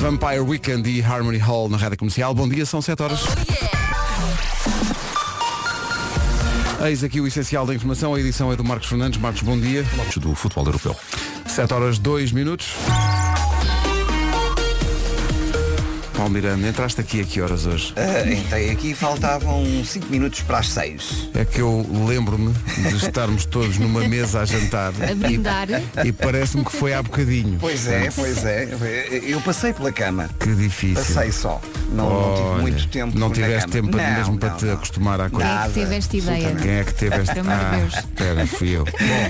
Vampire Weekend e Harmony Hall na Rádio Comercial. Bom dia, são 7 horas. Eis aqui o essencial da informação. A edição é do Marcos Fernandes. Marcos, bom dia. Do futebol europeu. 7 horas 2 minutos. Paulo Miranda, entraste aqui a que horas hoje? Entrei aqui, faltavam 5 minutos para as 6. É que eu lembro-me de estarmos todos numa mesa a jantar a brindar e parece-me que foi há bocadinho. Pois é. Eu passei pela cama. Que difícil. Passei só. Não tive muito tempo. Não tiveste na cama. tempo mesmo para te acostumar à coisa. Quem é que teve esta ideia? Quem é que teve esta Pelo amor de Deus. Espera, fui eu.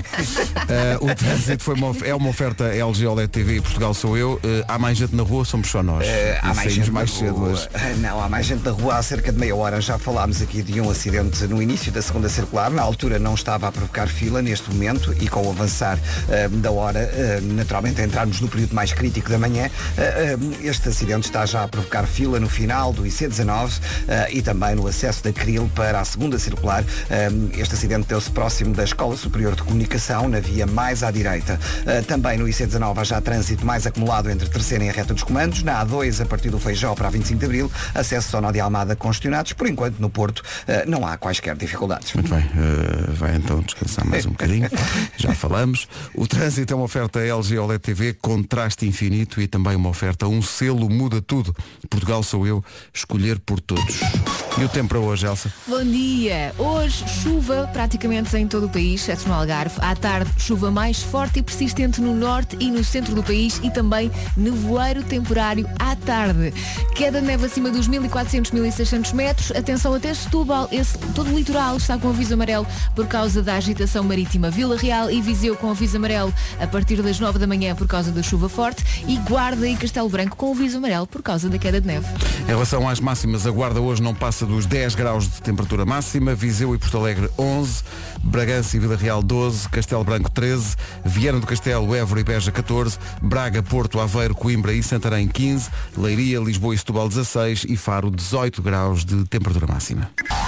Bom, o trânsito é uma oferta LG OLED TV e Portugal sou eu. Há mais gente na rua, somos só nós. Há mais gente mais cedo hoje. Não, há mais gente na rua. Há cerca de meia hora já falámos aqui de um acidente no início da segunda circular. Na altura não estava a provocar fila neste momento e com o avançar da hora, naturalmente a entrarmos no período mais crítico da manhã, este acidente está já a provocar fila no final do IC19 e também no acesso da Cril para a segunda circular. Este acidente deu-se próximo da Escola Superior de Comunicação, na via mais à direita. Também no IC19 há já trânsito mais acumulado entre a terceira e a reta dos comandos. Na A2, a partir do Feijó para a 25 de Abril, acesso só Nó de Almada congestionados. Por enquanto, no Porto, não há quaisquer dificuldades. Muito bem, vai então descansar mais um bocadinho. Já falamos. O trânsito é uma oferta LG OLED TV, contraste infinito e também uma oferta, um selo muda tudo. Portugal sou eu, escolher por todos. E o tempo para hoje, Elsa? Bom dia. Hoje, chuva praticamente em todo o país, exceto no Algarve. À tarde, chuva mais forte e persistente no norte e no centro do país e também nevoeiro temporário à tarde. Queda de neve acima dos 1400, 1600 metros. Atenção até Setúbal. Todo o litoral está com aviso amarelo por causa da agitação marítima. Vila Real e Viseu com aviso amarelo a partir das 9 da manhã por causa da chuva forte. E Guarda e Castelo Branco com aviso amarelo por causa da queda de neve. Em relação às máximas, a Guarda hoje não passa dos 10 graus de temperatura máxima. Viseu e Porto Alegre 11. Bragança e Vila Real 12. Castelo Branco 13. Viana do Castelo, Évora e Beja 14. Braga, Porto, Aveiro, Coimbra e Santarém 15. Leiria, Lisboa e Setúbal 16 e Faro 18 graus de temperatura máxima.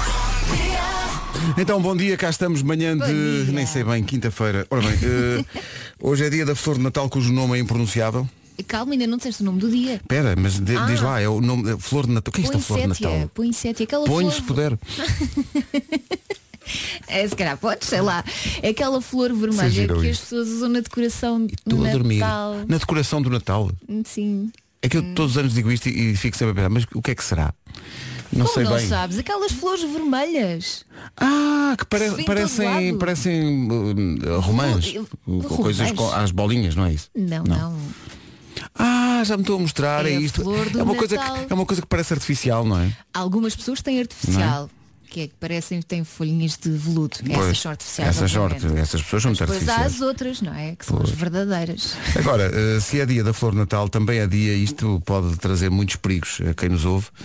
Então, bom dia, cá estamos, manhã de, nem sei bem, quinta-feira. Ora bem, hoje é dia da Flor de Natal, cujo nome é impronunciável. Calma, ainda não disseste o nome do dia. Espera, mas diz lá, é o nome, Flor de Natal. O que é isto, a Flor de Natal? Poinsétia, aquela Põe flor... se puder. Se calhar pode, sei lá. É aquela flor vermelha que as pessoas usam na decoração do Natal. Dormir. Na decoração do Natal? Sim. É que eu todos os anos digo isto e fico sempre a pensar, mas o que é que será? Não Como sei não bem. Sabes? Aquelas flores vermelhas. Que parecem romãs. Coisas com as bolinhas, não é isso? Não. Já me estou a mostrar, é isto. É uma coisa que parece artificial, não é? Algumas pessoas têm artificial. Que é que parecem que têm folhinhas de veludo. Essas são artificiais. Essas pessoas são muito artificiais. Depois há as outras, não é? Que são as verdadeiras. Agora, se é dia da Flor de Natal, também é dia, isto pode trazer muitos perigos a quem nos ouve.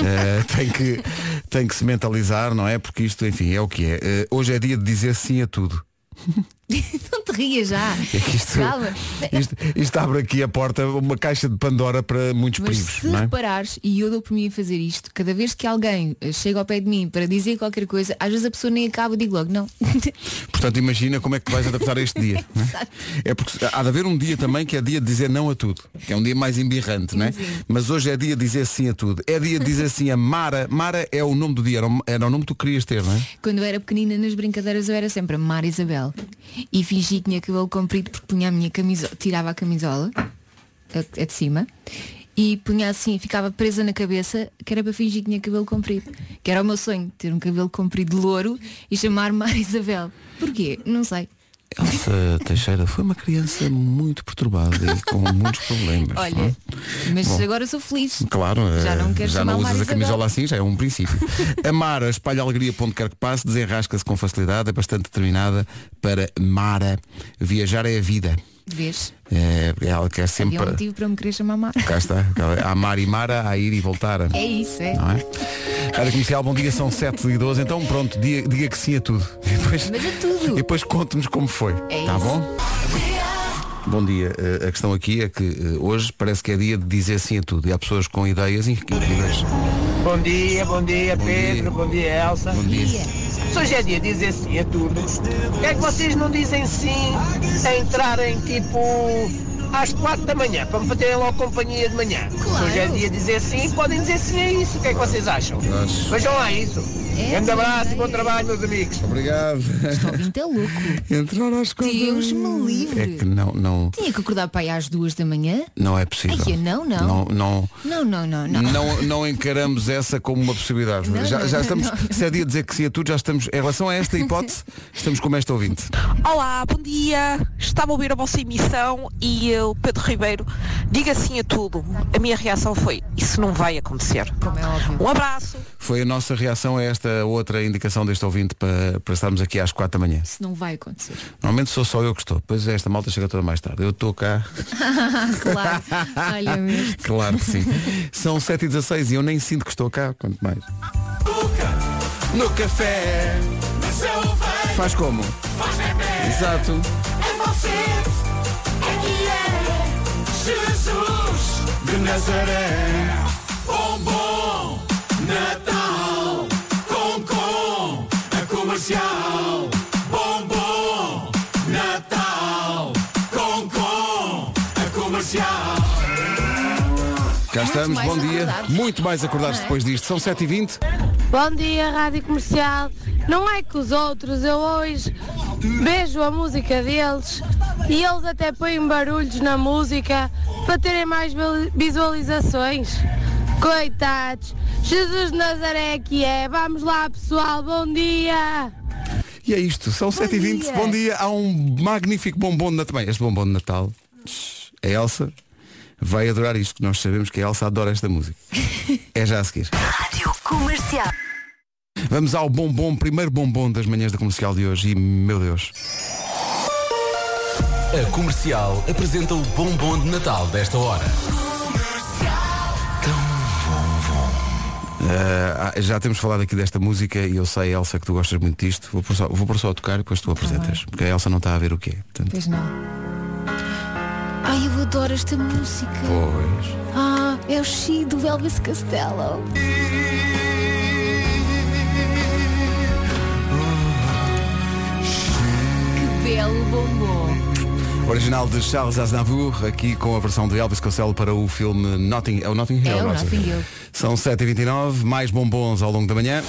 Tem que se mentalizar, não é? Porque isto, enfim, é o que é. Hoje é dia de dizer sim a tudo. Não te rias já. É que isto abre aqui a porta, uma caixa de Pandora para muitos perigos. Se reparares, e eu dou por mim a fazer isto, cada vez que alguém chega ao pé de mim para dizer qualquer coisa, às vezes a pessoa nem acaba e digo logo, não. Portanto, imagina como é que vais adaptar a este dia. Não é? É porque há de haver um dia também que é dia de dizer não a tudo, que é um dia mais embirrante, não é? Mas hoje é dia de dizer sim a tudo. É dia de dizer sim a Mara. Mara é o nome do dia, era o nome que tu querias ter, não é? Quando eu era pequenina, nas brincadeiras, eu era sempre a Mara Isabel. E fingi que tinha cabelo comprido porque punha a minha camisola, tirava a camisola, a de cima, e punha assim, ficava presa na cabeça, que era para fingir que tinha cabelo comprido. Que era o meu sonho, ter um cabelo comprido louro e chamar Mara Isabel. Porquê? Não sei. Elsa Teixeira foi uma criança muito perturbada e com muitos problemas. Olha, mas agora sou feliz. Claro, já não usas a camisola assim, já é um princípio. A Mara espalha alegria para onde quer que passe, desenrasca-se com facilidade, é bastante determinada. Para Mara, viajar é a vida. Vês? Ela quer sempre. Havia um motivo para me querer chamar Mara. Cá está. Há Mar e Mara, a ir e voltar. É isso, é. Não é? Rádio Comercial, bom dia, são 7h12. Então pronto, diga que sim a tudo. Mas a tudo. E depois conte-nos como foi. Tá bom? Bom dia. A questão aqui é que hoje parece que é dia de dizer sim a tudo. E há pessoas com ideias incríveis. Bom dia, Pedro. Bom dia, Elsa. Bom dia. Hoje é dia de dizer sim a tudo. Por que é que vocês não dizem sim a entrarem tipo às 4 da manhã, para me fazerem logo companhia de manhã. Claro. Se hoje é dia de dizer sim, podem dizer sim a isso. O que é que vocês acham? Vejam lá isso. Grande abraço e bom trabalho, meus amigos. Obrigado. Este ouvinte é louco. Entrar às 4. Deus me livre. É que não. Tinha que acordar para aí às 2 da manhã? Não é possível. Ai, não. Não encaramos essa como uma possibilidade. Não, já não, estamos, não. se é dia de dizer que sim a tudo, já estamos, em relação a esta hipótese, estamos como esta ouvinte. Olá, bom dia. Estava a ouvir a vossa emissão e eu, Pedro Ribeiro, diga sim a tudo. A minha reação foi, isso não vai acontecer. Como é óbvio. Um abraço. Foi a nossa reação a esta outra indicação deste ouvinte para estarmos aqui às 4 da manhã. Isso não vai acontecer. Normalmente sou só eu que estou. Pois esta malta chega toda mais tarde. Eu estou cá. Claro. Olha-me isto. Claro que sim. São 7h16 e eu nem sinto que estou cá. Quanto mais. No café. Faz como? Exato. Jesus de Nazaré. Bom Natal com a comercial. Bom Natal com a comercial. Cá estamos, mais bom dia. acordados. Muito mais acordados depois disto. São 7h20. Bom dia, Rádio Comercial. Não é que os outros, eu hoje beijo a música deles e eles até põem barulhos na música para terem mais visualizações. Coitados, Jesus de Nazaré que é. Vamos lá, pessoal, bom dia. E é isto, são 7h20. dia. Bom dia. Há um magnífico bombom de Natal. Bem, este bombom de Natal, a Elsa vai adorar isto, que nós sabemos que a Elsa adora esta música. É já a seguir. Rádio Comercial. Vamos ao primeiro bombom das manhãs da comercial de hoje. E, meu Deus. A Comercial apresenta o bombom de Natal desta hora. Já temos falado aqui desta música e eu sei, Elsa, que tu gostas muito disto. Vou pôr só a tocar e depois tu apresentas. Porque a Elsa não está a ver o que é. Portanto, Pois não. Ai, eu adoro esta música. pois. É o Xi do Elvis Costello. Que belo bombom. Original de Charles Aznavour, aqui com a versão de Elvis Costello para o filme Notting Hill. É o Notting Hill. São 7h29, mais bombons ao longo da manhã.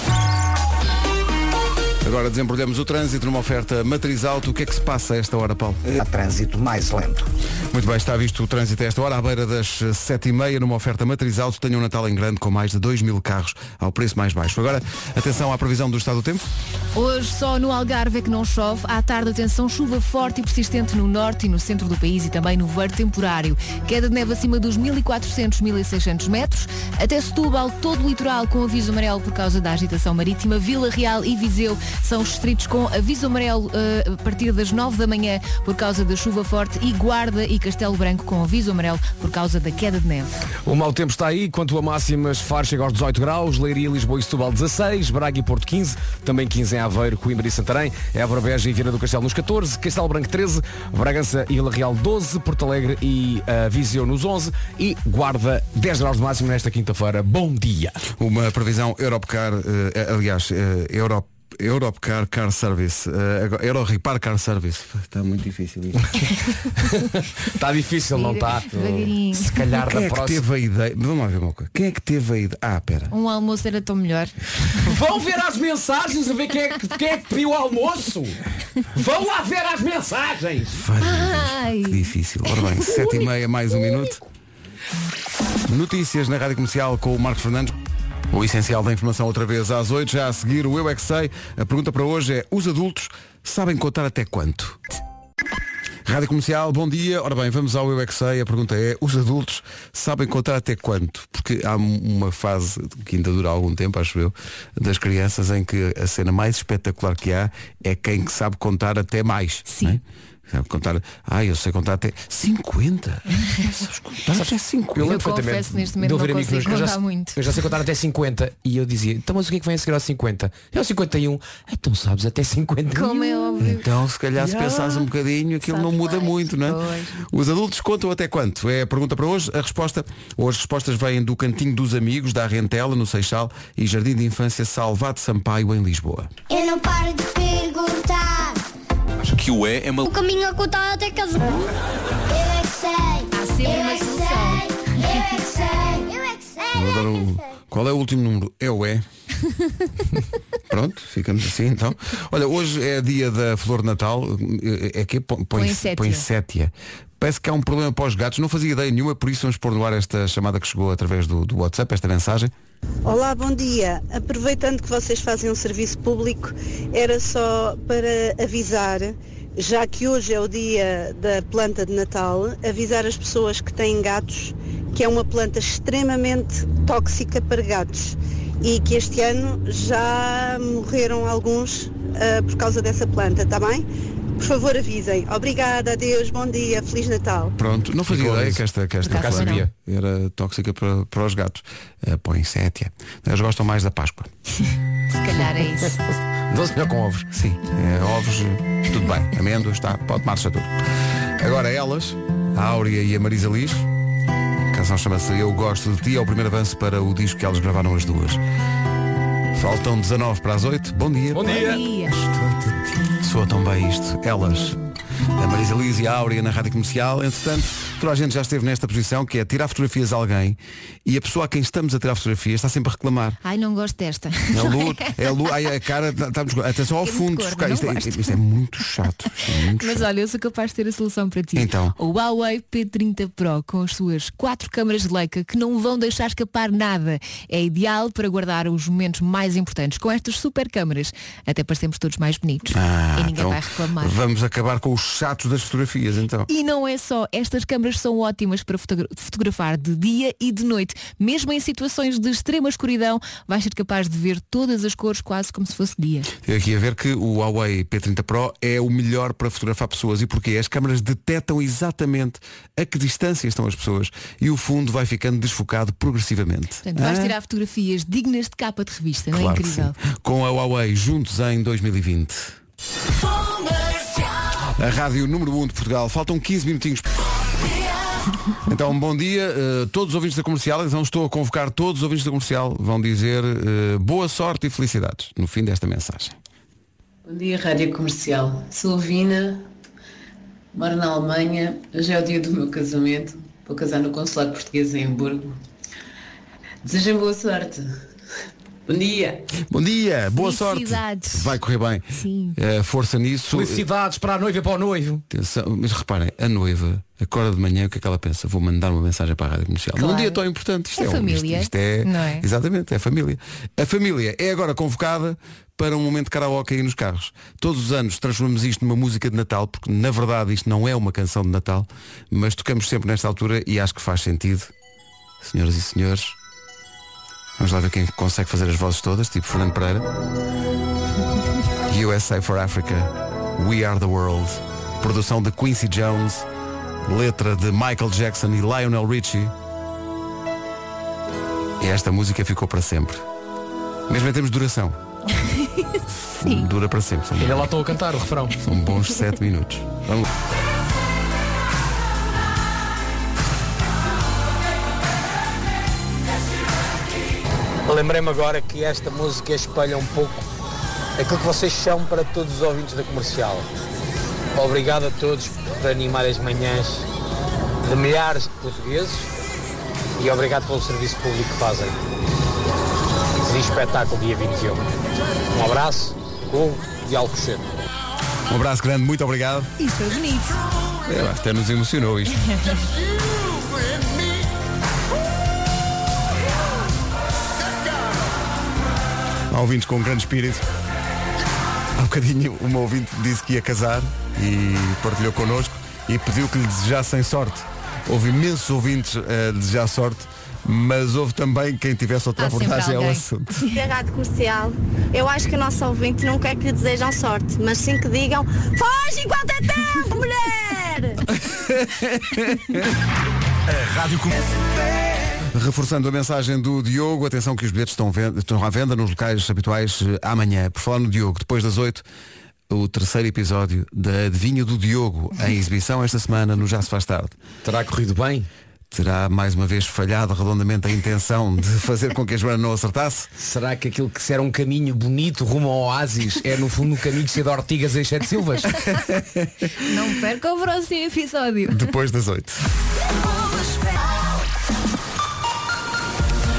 Agora desembrulhamos o trânsito numa oferta Matriz Auto. O que é que se passa a esta hora, Paulo? Há trânsito mais lento. Muito bem, está visto o trânsito a esta hora, à beira das 7h30, numa oferta Matriz Auto. Tenha um Natal em grande com mais de 2.000 carros ao preço mais baixo. Agora, atenção à previsão do estado do tempo. Hoje só no Algarve é que não chove. À tarde, atenção, chuva forte e persistente no norte e no centro do país e também no voeiro temporário. Queda de neve acima dos 1.400, 1.600 metros. Até Setúbal, todo o litoral com aviso amarelo por causa da agitação marítima. Vila Real e Viseu são os distritos com aviso amarelo a partir das 9 da manhã por causa da chuva forte e Guarda e Castelo Branco com aviso amarelo por causa da queda de neve. O mau tempo está aí, quanto a máximas, Faro chega aos 18 graus, Leiria, Lisboa e Setúbal 16, Braga e Porto 15, também 15 em Aveiro, Coimbra e Santarém, Évora, Beja e Viana do Castelo nos 14, Castelo Branco 13, Bragança e Vila Real 12, Porto Alegre e Viseu nos 11 e Guarda 10 graus de máximo nesta quinta-feira. Bom dia! Uma previsão Europcar, Europcar Car Service, Eurorepar Car Service. Está muito difícil isto. Está difícil, não está? Devagarinho. Se calhar Quem da é que próxima. teve a ideia? Vamos lá ver uma coisa. Quem é que teve a ideia? Pera. Um almoço era tão melhor. Vão ver as mensagens a ver quem é que pediu o almoço. Vão lá ver as mensagens. Ai. Que difícil. Ora bem, 7h30, mais um minuto. Notícias na Rádio Comercial com o Marcos Fernandes. O essencial da informação outra vez às 8, já a seguir o Eu É Que Sei. A pergunta para hoje é: os adultos sabem contar até quanto? Rádio Comercial, bom dia. Ora bem, vamos ao Eu É Que Sei. A pergunta é: os adultos sabem contar até quanto? Porque há uma fase que ainda dura algum tempo, acho eu, das crianças em que a cena mais espetacular que há é quem que sabe contar até mais. Sim. Não é? Sabe contar, eu sei contar até 50. Sabes contar até 50. Eu confesso, neste momento não consigo contar muito. Eu já sei contar até 50 e eu dizia, então mas o que é que vem a seguir aos 50? É aos 51. Então sabes até 51. Como é óbvio. Então se calhar se pensares um bocadinho aquilo Sabe não muda mais, muito, não é? pois. Os adultos contam até quanto? É a pergunta para hoje. As respostas vêm do Cantinho dos Amigos, da Rentela, no Seixal, e Jardim de Infância Salvado Sampaio, em Lisboa. Eu não paro de perguntar. Acho que o é uma... O caminho a contar até casa. Eu é que sei. sempre uma solução. Eu adoro qual é o último número? É o E. Pronto, ficamos assim então. Olha, hoje é dia da flor de Natal. É que põe sétia. Parece que há um problema para os gatos. Não fazia ideia nenhuma, por isso vamos pôr no ar esta chamada que chegou através do WhatsApp, esta mensagem. Olá, bom dia. Aproveitando que vocês fazem um serviço público, era só para avisar, já que hoje é o dia da planta de Natal, avisar as pessoas que têm gatos que é uma planta extremamente tóxica para gatos e que este ano já morreram alguns por causa dessa planta, está bem? Por favor, avisem. Obrigada, adeus, bom dia, Feliz Natal. Pronto, não fazia ideia que esta planta era tóxica para os gatos. Põe sétia. Eles gostam mais da Páscoa. Se calhar é isso. Doce melhor com ovos. Sim, ovos, tudo bem. Amêndoas, pode marcha tudo. Agora elas, a Áurea e a Marisa Liz. A canção chama-se Eu Gosto de Ti. É o primeiro avanço para o disco que elas gravaram as duas. Faltam 19 para as 8. Bom dia. Bom dia. Soa tão bem isto. Elas, a Marisa Liz e a Áurea na Rádio Comercial. Entretanto, toda a gente já esteve nesta posição, que é tirar fotografias a alguém e a pessoa a quem estamos a tirar fotografias está sempre a reclamar. Ai, não gosto desta. É luz, ai, a cara, atenção ao fundo. Isto é muito chato. Mas olha, eu sou capaz de ter a solução para ti. Então. O Huawei P30 Pro com as suas 4 câmaras de Leica que não vão deixar escapar nada. É ideal para guardar os momentos mais importantes. Com estas super câmaras, até parecemos todos mais bonitos. E ninguém vai reclamar. Vamos acabar com os chatos das fotografias, então. E não é só. Estas câmaras são ótimas para fotografar de dia e de noite. Mesmo em situações de extrema escuridão, vais ser capaz de ver todas as cores quase como se fosse dia. Estou aqui a ver que o Huawei P30 Pro é o melhor para fotografar pessoas. E porquê? As câmaras detectam exatamente a que distância estão as pessoas e o fundo vai ficando desfocado progressivamente. Portanto, vais tirar fotografias dignas de capa de revista, não é claro incrível? Com a Huawei, juntos em 2020. A rádio número 1 de Portugal. Faltam 15 minutinhos. Então, bom dia. Todos os ouvintes da Comercial, então estou a convocar todos os ouvintes da Comercial, vão dizer boa sorte e felicidades no fim desta mensagem. Bom dia, Rádio Comercial. Sou Vina, moro na Alemanha. Hoje é o dia do meu casamento. Vou casar no Consulado Português em Hamburgo. Desejem boa sorte. Bom dia. Bom dia, boa sorte. Vai correr bem. Sim. Força nisso. Felicidades para a noiva e para o noivo. Atenção, mas reparem, a noiva acorda de manhã, o que é que ela pensa? Vou mandar uma mensagem para a Rádio Comercial. Claro. Num dia tão importante. Isto é família. Isto é, não é? Exatamente, é família. A família é agora convocada para um momento de karaoke aí nos carros. Todos os anos transformamos isto numa música de Natal, porque na verdade isto não é uma canção de Natal, mas tocamos sempre nesta altura e acho que faz sentido. Senhoras e senhores, vamos lá ver quem consegue fazer as vozes todas, tipo Fernando Pereira. USA for Africa, We Are the World. Produção de Quincy Jones, letra de Michael Jackson e Lionel Richie. E esta música ficou para sempre. Mesmo em termos de duração. Sim. Dura para sempre. Ainda lá estou a cantar o refrão. São bons 7 minutos. Vamos lá. Lembrei-me agora que esta música espelha um pouco aquilo que vocês são para todos os ouvintes da Comercial. Obrigado a todos por animar as manhãs de milhares de portugueses e obrigado pelo serviço público que fazem. Feliz espetáculo dia 21. Um abraço, Hugo de Alcochete. Um abraço grande, muito obrigado. Isto foi bonito. Até nos emocionou isto. Há ouvintes com um grande espírito. Há um bocadinho uma ouvinte disse que ia casar e partilhou connosco e pediu que lhe desejassem sorte. Houve imensos ouvintes a desejar sorte, mas houve também quem tivesse outra abordagem ao assunto. Rádio Comercial, eu acho que o nosso ouvinte não quer que lhe desejam sorte, mas sim que digam foge enquanto é tempo, mulher! A Rádio Comercial. Reforçando a mensagem do Diogo, atenção que os bilhetes estão à venda nos locais habituais amanhã. Por falar no Diogo, depois das 8, o terceiro episódio da Adivinha do Diogo, em exibição esta semana no Já Se Faz Tarde. Terá corrido bem? Terá mais uma vez falhado redondamente a intenção de fazer com que a Joana não acertasse? Será que aquilo que se era um caminho bonito rumo ao oásis é no fundo um caminho cheio de ortigas e sete silvas? Não perca o próximo episódio. Depois das 8.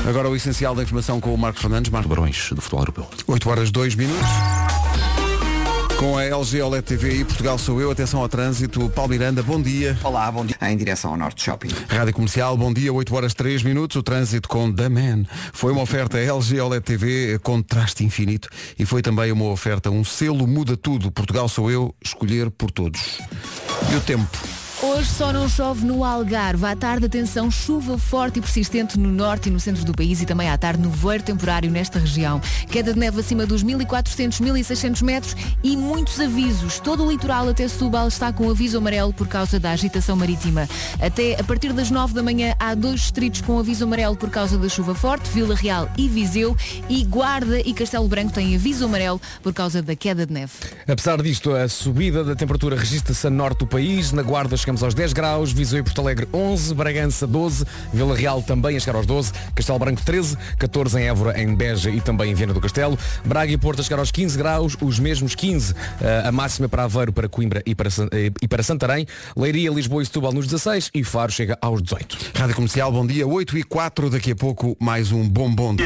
Agora o essencial da informação com o Marcos Fernandes. Marcos Barões do futebol europeu. 8 horas 2 minutos. Com a LG OLED TV e Portugal Sou Eu, atenção ao trânsito. Paulo Miranda, bom dia. Olá, bom dia. Em direção ao Norte Shopping. Rádio Comercial, bom dia, 8 horas 3 minutos. O trânsito com The Man. Foi uma oferta LG OLED TV, contraste infinito. E foi também uma oferta, um selo muda tudo. Portugal Sou Eu, escolher por todos. E o tempo? Hoje só não chove no Algarve. À tarde, atenção, chuva forte e persistente no norte e no centro do país e também à tarde nevoeiro temporário nesta região. Queda de neve acima dos 1.400, 1.600 metros e muitos avisos. Todo o litoral até Setúbal está com aviso amarelo por causa da agitação marítima. Até a partir das 9 da manhã há 2 distritos com aviso amarelo por causa da chuva forte, Vila Real e Viseu, e Guarda e Castelo Branco têm aviso amarelo por causa da queda de neve. Apesar disto, a subida da temperatura registra-se a norte do país. Na Guarda chegamos aos 10 graus, Viseu e Porto Alegre 11, Bragança 12, Vila Real também a chegar aos 12, Castelo Branco 13, 14 em Évora, em Beja e também em Viana do Castelo, Braga e Porto a chegar aos 15 graus, os mesmos 15, a máxima para Aveiro, para Coimbra e para Santarém, Leiria, Lisboa e Setúbal nos 16 e Faro chega aos 18. Rádio Comercial, bom dia, 8h04, daqui a pouco mais um bombom.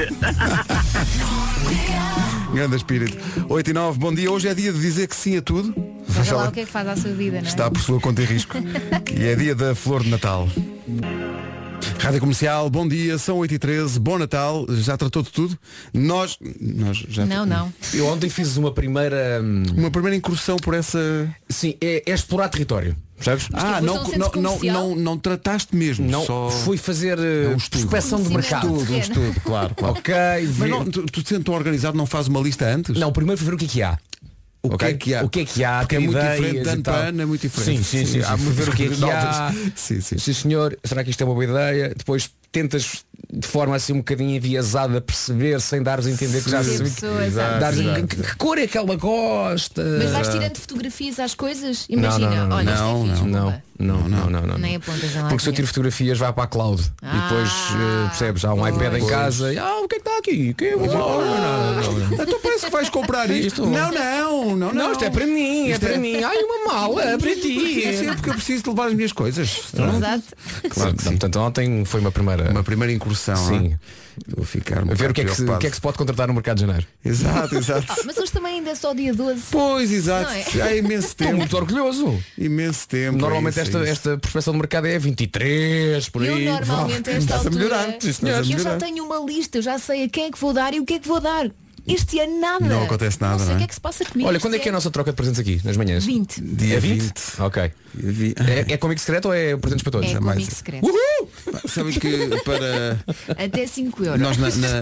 Grande espírito. 8h09, bom dia, hoje é dia de dizer que sim a tudo. Veja lá o que é que faz à sua vida, não é? Está por sua conta e risco. E é dia da flor de Natal. Rádio Comercial, bom dia, são 8h13, bom Natal, já tratou de tudo? Nós já... Não. Eu ontem fiz uma primeira incursão por essa... Sim, é explorar território. Percebes? Não trataste mesmo. Não, só... fui fazer prospeção de mercado. Um estudo, claro. Ok. Mas não, tu sendo tão organizado, não fazes uma lista antes? Não, primeiro fui ver o que há. O que é que há? O que é que há? Porque é muito diferente de ano para ano, é muito diferente. Sim. Vamos ver o que é que há. Sim, senhor, será que isto é uma boa ideia? Depois tentas de forma assim um bocadinho enviesada perceber sem dares a entender que já se que cor é que ela gosta. Mas vais tirando fotografias às coisas? Imagina, olha, não. Nem apontas lá. Porque se eu tiro fotografias vai para a cloud. E depois percebes, há um iPad em casa. O que é que está aqui? Então parece que vais comprar isto. Não, isto é para mim, é para mim. Ai, uma mala para ti. É sempre porque eu preciso de levar as minhas coisas. Exato. Claro, portanto, ontem foi uma primeira incursão. Sim. Vou ficar a ver o que é que se pode contratar no mercado de janeiro. Exato. Mas hoje também ainda é só dia 12. Pois, exato. Há imenso tempo. Estou muito orgulhoso. Imenso tempo. Normalmente esta prospeção de mercado é 23, por aí. Eu normalmente esta altura eu já tenho uma lista, eu já sei a quem é que vou dar e o que é que vou dar. Este ano nada. Não acontece nada. Não sei o que é que se passa comigo. Olha, quando é que é a nossa troca de presentes aqui, nas manhãs? 20. Dia 20. Ok. É comigo secreto ou é presentes para todos? É comigo secreto. Uhul! Sabes que para... Até 5 euros. Nós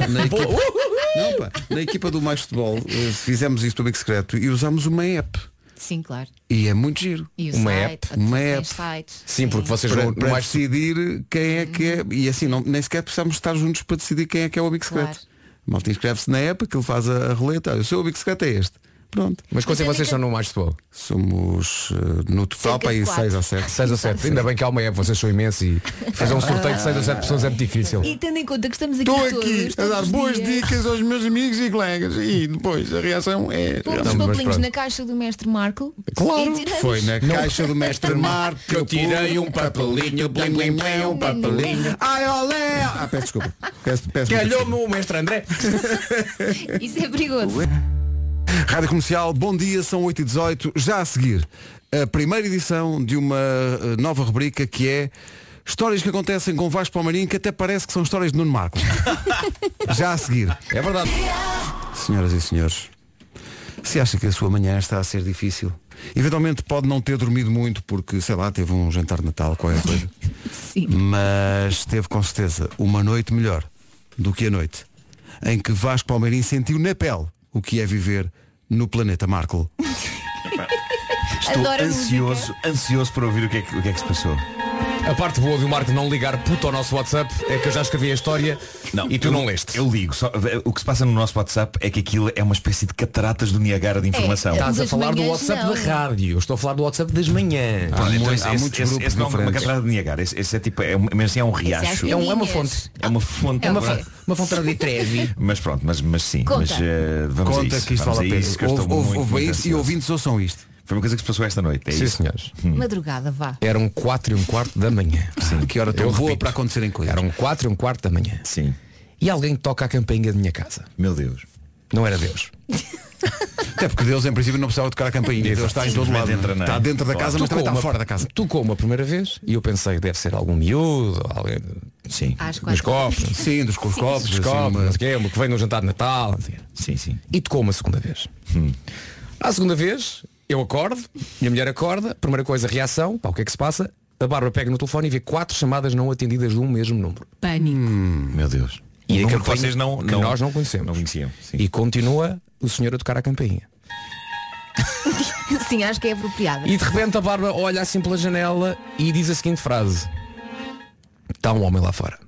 na equipa do Mais Futebol fizemos isso para o Amigo Secreto e usámos uma app. Sim, claro. E é muito giro. E uma app. Sim, porque vocês para vão decidir quem é que é. E assim, nem sequer precisamos estar juntos para decidir quem é que é o Amigo Secreto. Claro. Malta inscreve-se na app, que ele faz a roleta. O seu amigo secreto é este. Pronto. Mas quantos vocês são no Mais Futebol? Somos no total para aí 6 ou 7. 6 ou 7. Ainda bem que há uma app, vocês são imensos e fazer um sorteio de 6 ou 7 pessoas é muito difícil. E tendo em conta que estamos aqui Estou aqui a dar boas dicas aos meus amigos e colegas e depois a reação é... Pomos papelinhos na caixa do mestre Marco. Claro, foi na caixa do mestre Marco que eu tirei um papelinho, blim blim blim, um papelinho. Ai, olé! Peço desculpa. Calhou-me o mestre André. Isso é perigoso. Rádio Comercial, bom dia, são 8h18. Já a seguir, a primeira edição de uma nova rubrica que é histórias que acontecem com Vasco Palmeirinho, que até parece que são histórias de Nuno Marco. Já a seguir. É verdade. Senhoras e senhores, se acha que a sua manhã está a ser difícil, eventualmente pode não ter dormido muito porque, sei lá, teve um jantar de Natal, qualquer coisa. Sim. Mas teve com certeza uma noite melhor do que a noite em que Vasco Palmeirinho sentiu na pele o que é viver no planeta Marco. Estou ansioso para ouvir o que é que se passou. A parte boa do Marco não ligar puto ao nosso WhatsApp é que eu já escrevi a história e tu não leste. Eu ligo. O que se passa no nosso WhatsApp é que aquilo é uma espécie de cataratas do Niagara de informação. Estás a falar do WhatsApp da rádio. Eu estou a falar do WhatsApp das manhãs. Há muitos grupos esse não é uma catarata de Niagara. Esse é tipo, mas é um riacho. É uma fonte. É uma fonte. Uma fonte de Trevi. Mas pronto, mas sim. Conta. Mas vamos a isso. Que isto vale a pena. Ouve isso e ouvintes ouçam isto. Foi uma coisa que se passou esta noite. É sim, isso? Senhores. Madrugada, vá. Eram 4:15 da manhã. Sim, que hora tão boa para acontecerem coisas. Eram 4:15 da manhã. Sim. e alguém toca a campainha da minha casa. Meu Deus. Não era Deus. Até porque Deus em princípio não precisava tocar a campainha. Deus está em todo lado. Está dentro da casa, mas também está fora da casa. Tocou uma primeira vez e eu pensei, deve ser algum miúdo, alguém. Sim. Dos copos. Sim, dos copos. Dos copos, não sei o quê, que vem no jantar de Natal. Sim, sim. E tocou uma segunda vez. À segunda vez, eu acordo, minha mulher acorda, primeira coisa, reação, pá, o que é que se passa? A Bárbara pega no telefone e vê 4 chamadas não atendidas de um mesmo número. Pânico. Meu Deus. E um a número que campanha vocês não nós não conhecemos. Não conheciam. Sim. E continua o senhor a tocar a campainha. Sim, acho que é apropriado. E de repente a Bárbara olha assim pela janela e diz a seguinte frase: está um homem lá fora.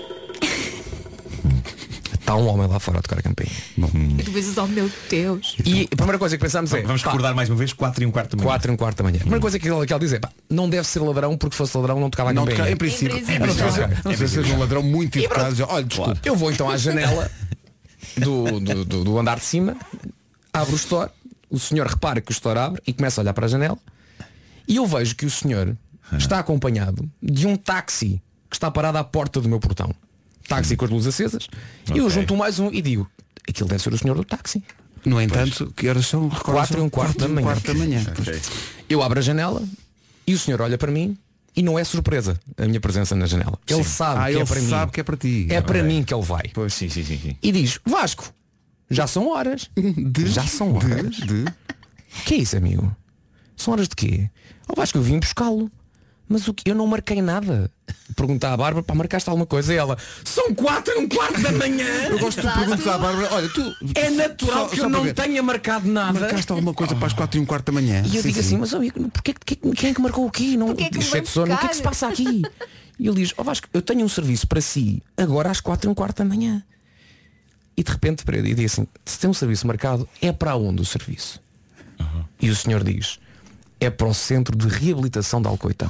Está um homem lá fora a tocar a campainha. E tu pensas, oh meu Deus. E a primeira coisa que pensamos é, vamos recordar mais uma vez, 4:15 da manhã. 4:15 da manhã. A primeira coisa que ela diz é, pá, não deve ser ladrão, porque se fosse ladrão não tocava a campainha. Não, em princípio. Não sei se seja um ladrão muito educado. Olha, desculpa. Eu vou então à janela do andar de cima, abro o store, o senhor repara que o store abre e começa a olhar para a janela e eu vejo que o senhor está acompanhado de um táxi que está parado à porta do meu portão. Táxi com as luzes acesas. E eu junto mais um e digo, aquilo deve ser o senhor do táxi. No entanto, que horas são? 4:15 da manhã. Okay. Eu abro a janela e o senhor olha para mim e não é surpresa a minha presença na janela. Ele sabe que é para mim. Sabe que é para ti. É para mim que ele vai. Pois, sim. E diz, Vasco, já são horas. Já são horas. O que é isso, amigo? São horas de quê? Vasco, eu vim buscá-lo. Mas o que? Eu não marquei nada. Perguntar à Bárbara, pá, marcaste alguma coisa? E ela, são 4:15 da manhã. Eu gosto de perguntar à Bárbara, olha, tu. É natural que eu não tenha marcado nada. Marcaste alguma coisa para as 4:15 da manhã? E eu digo assim, mas amigo, quem é que marcou aqui? Não, exceção, o que é que se passa aqui? E ele diz, Vasco, eu tenho um serviço para si agora às 4:15 da manhã. E de repente eu digo assim, se tem um serviço marcado, é para onde o serviço? E o senhor diz, é para o Centro de Reabilitação de Alcoitão.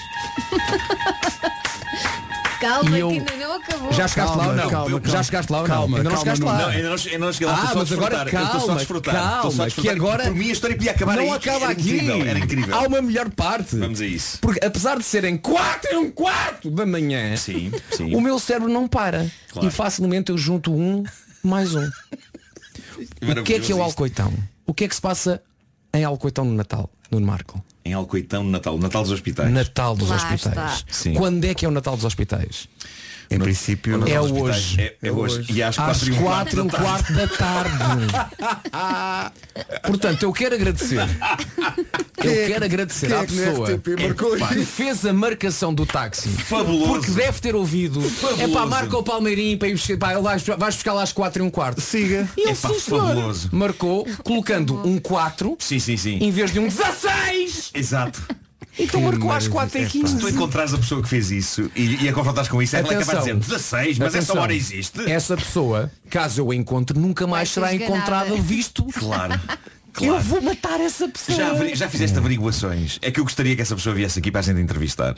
Calma, que ainda não acabou. Já chegaste lá ou não? Já chegaste lá ou não? Ainda não chegaste lá. Não, ainda não cheguei lá. Mas agora calma, que agora por mim a história podia acabar aí. Não acaba aqui. Era incrível. Há uma melhor parte. Vamos a isso. Porque apesar de serem 4:15 da manhã, sim. o meu cérebro não para. Claro. E facilmente eu junto um mais um. O que é o Alcoitão? O que é que se passa em Alcoitão no Natal, no Marco? Em Alcoitão no Natal, Natal dos Hospitais. Natal dos Hospitais. Sim. Quando é que é o Natal dos Hospitais? Em princípio é hoje. É hoje. E às 4:15 da tarde. Portanto, eu quero agradecer. À pessoa que fez a marcação do táxi. Fabuloso. Porque deve ter ouvido. É pá, marca o Palmeirinho para ir buscar. Ele vais buscar lá às 4:15. Siga. E ele fabuloso. Marcou, colocando um 4 sim. em vez de um 16. Exato. Então marcou às 4:15. Se tu encontrares a pessoa que fez isso e a confrontares com isso, ela é capaz de dizer 16, mas essa hora existe. Essa pessoa, caso eu a encontre, nunca mais será encontrada, visto. Claro. Eu vou matar essa pessoa. Já fizeste averiguações. É que eu gostaria que essa pessoa viesse aqui para a gente entrevistar.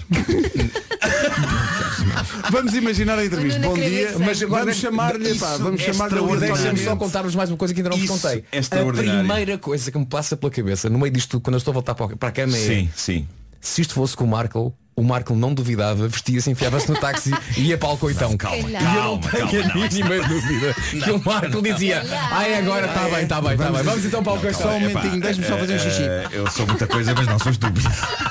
Vamos imaginar a entrevista. Bom dia, mas agora vamos chamar-lhe. Deixa-me só contar-vos mais uma coisa que ainda não vos contei. A primeira coisa que me passa pela cabeça no meio disto tudo, quando eu estou a voltar para a cama, é sim. Se isto fosse com o Marco não duvidava, vestia-se, enfiava-se no táxi e ia para o Alcoitão. Calma, e eu não tenho a mínima dúvida que o Marco dizia, agora está bem. Vamos então para o Alcoitão. Só um momentinho, deixa-me só fazer um xixi. Eu sou muita coisa, mas não sou estúpido.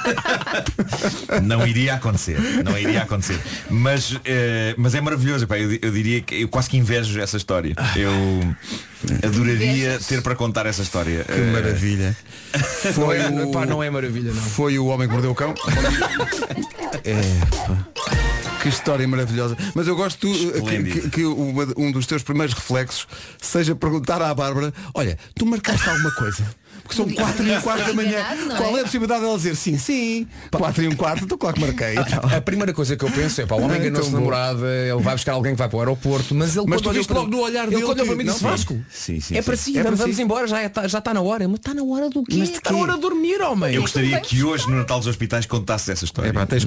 Não iria acontecer. Mas é maravilhoso. Eu diria que eu quase que invejo essa história. Eu adoraria ter para contar essa história. Que maravilha. Não é maravilha, não. Foi o Homem que Mordeu o Cão. Que história maravilhosa. Mas eu gosto que um dos teus primeiros reflexos seja perguntar à Bárbara, olha, tu marcaste alguma coisa? Porque são 4:15 da manhã. Qual é a possibilidade dela dizer sim, 4:15, estou claro que marquei. A primeira coisa que eu penso é, o homem enganou-se namorada, ele vai buscar alguém que vai para o aeroporto, mas tu viste logo no olhar dele. Ele olhou para mim e disse, Vasco, é para si, vamos embora, já está na hora. Mas está na hora do quê? Está na hora de dormir, homem. Eu gostaria que hoje no Natal dos Hospitais contasse essa história. Tens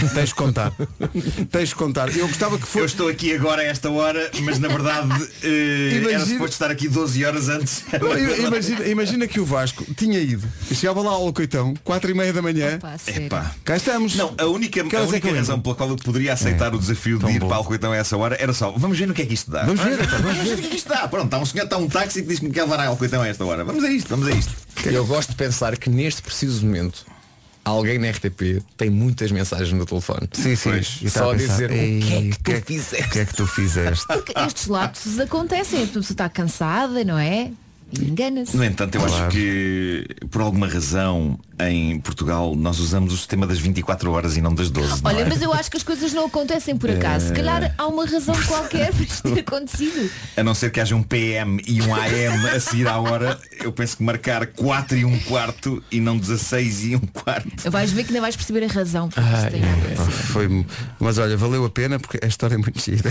de contar. Eu gostava que fosse. Eu estou aqui agora a esta hora, mas na verdade era suposto estar aqui 12 horas antes. Imagina que o Vasco tinha ido. E chegava lá ao Alcoitão, 4h30 da manhã. Cá estamos. Não, a única razão pela qual eu poderia aceitar o desafio de ir para Alcoitão a essa hora era só, vamos ver no que é que isto dá. Vamos ver o que é que isto dá. Pronto, está um táxi que diz que me quer levar a Alcoitão a esta hora. Vamos a isto. Eu gosto de pensar que neste preciso momento alguém na RTP tem muitas mensagens no telefone. Sim. E só a dizer o que é que tu fizeste. Porque estes lapsos acontecem, a pessoa está cansada, não é? E engana-se. No entanto, eu acho que por alguma razão em Portugal nós usamos o sistema das 24 horas e não das 12. Olha, mas eu acho que as coisas não acontecem por acaso. Se calhar há uma razão qualquer para isto ter acontecido. A não ser que haja um PM e um AM a seguir à hora, eu penso que marcar 4:15 e não 16:15. Vais ver que ainda vais perceber a razão. Mas olha, valeu a pena porque a história é muito gira.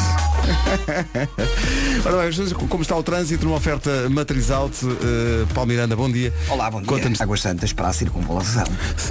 Ora bem, como está o trânsito numa oferta Matrizalt, Paulo Miranda, bom dia. Olá, bom dia. Águas Santas para a circunvalação.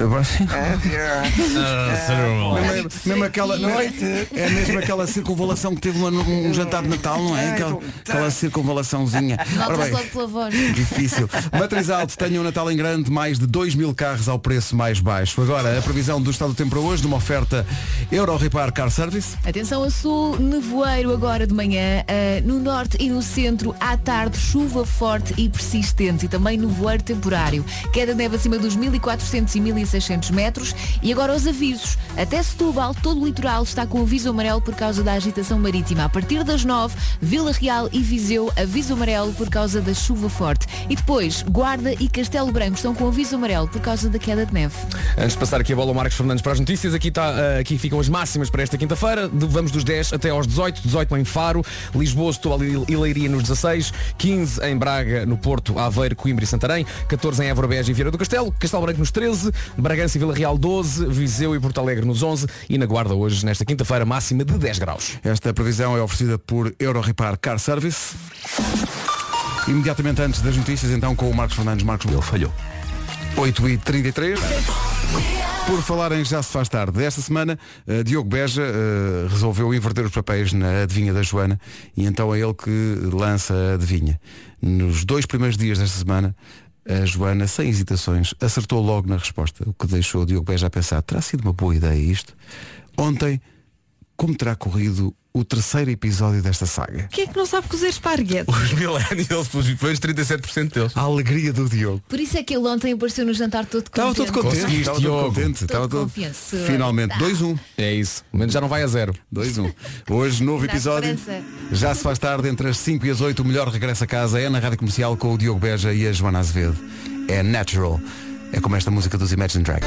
Mesmo aquela noite. É mesmo aquela circunvalação que teve um jantar de Natal, não é? Aquela circunvalaçãozinha. Ora bem, logo pela voz. difícil. Matrizalt, tenha um Natal em grande, mais de 2.000 carros ao preço mais baixo. Agora, a previsão do estado do tempo para hoje, numa oferta Euro Repar Car Service. Atenção a sul, nevoeiro agora de manhã, no norte e no centro, à tarde, chuva forte e persistente e também nevoeiro temporário. Queda de neve acima dos 1.400 e 1.600 metros. E agora os avisos. Até Setúbal, todo o litoral está com aviso amarelo por causa da agitação marítima. A partir das 9, Vila Real e Viseu, aviso amarelo por causa da chuva forte. E depois, Guarda e Castelo Branco estão com aviso amarelo por causa da queda de neve. Antes de passar aqui a bola ao Marcos Fernandes para as notícias, aqui ficam as máximas para esta quinta-feira. Vamos dos 10 até aos 18. 18 em Faro, Lisboa, Setúbal e Leiria nos 16, 15 em Braga, no Porto, Aveiro, Coimbra e Santarém, 14 em Évora, Beja e Vieira do Castelo, Castelo Branco nos 13, Bragança e Vila Real 12, Viseu e Porto Alegre nos 11 e na Guarda hoje, nesta quinta-feira, máxima de 10 graus. Esta previsão é oferecida por Euro Repar Car Service. Imediatamente antes das notícias, então, com o Marcos Fernandes. Marcos, ele falhou. 8h33. Por falar em Já se faz tarde, esta semana Diogo Beja resolveu inverter os papéis na adivinha da Joana e então é ele que lança a adivinha. Nos 2 primeiros dias desta semana, a Joana, sem hesitações, acertou logo na resposta, o que deixou o Diogo Beja a pensar, terá sido uma boa ideia isto? Ontem, como terá corrido o 3º episódio desta saga? Quem é que não sabe cozer esparguete? Os millennials, pelos 37% deles. A alegria do Diogo. Por isso é que ele ontem apareceu no jantar todo contente. Estava todo contente. Estava todo finalmente. 2-1. É isso. O menos já não vai a 0. 2-1. Hoje, novo episódio. Já se faz tarde, entre as 5 e as 8. O melhor regresso a casa é na Rádio Comercial com o Diogo Beja e a Joana Azevedo. É Natural. É como esta música dos Imagine Dragons.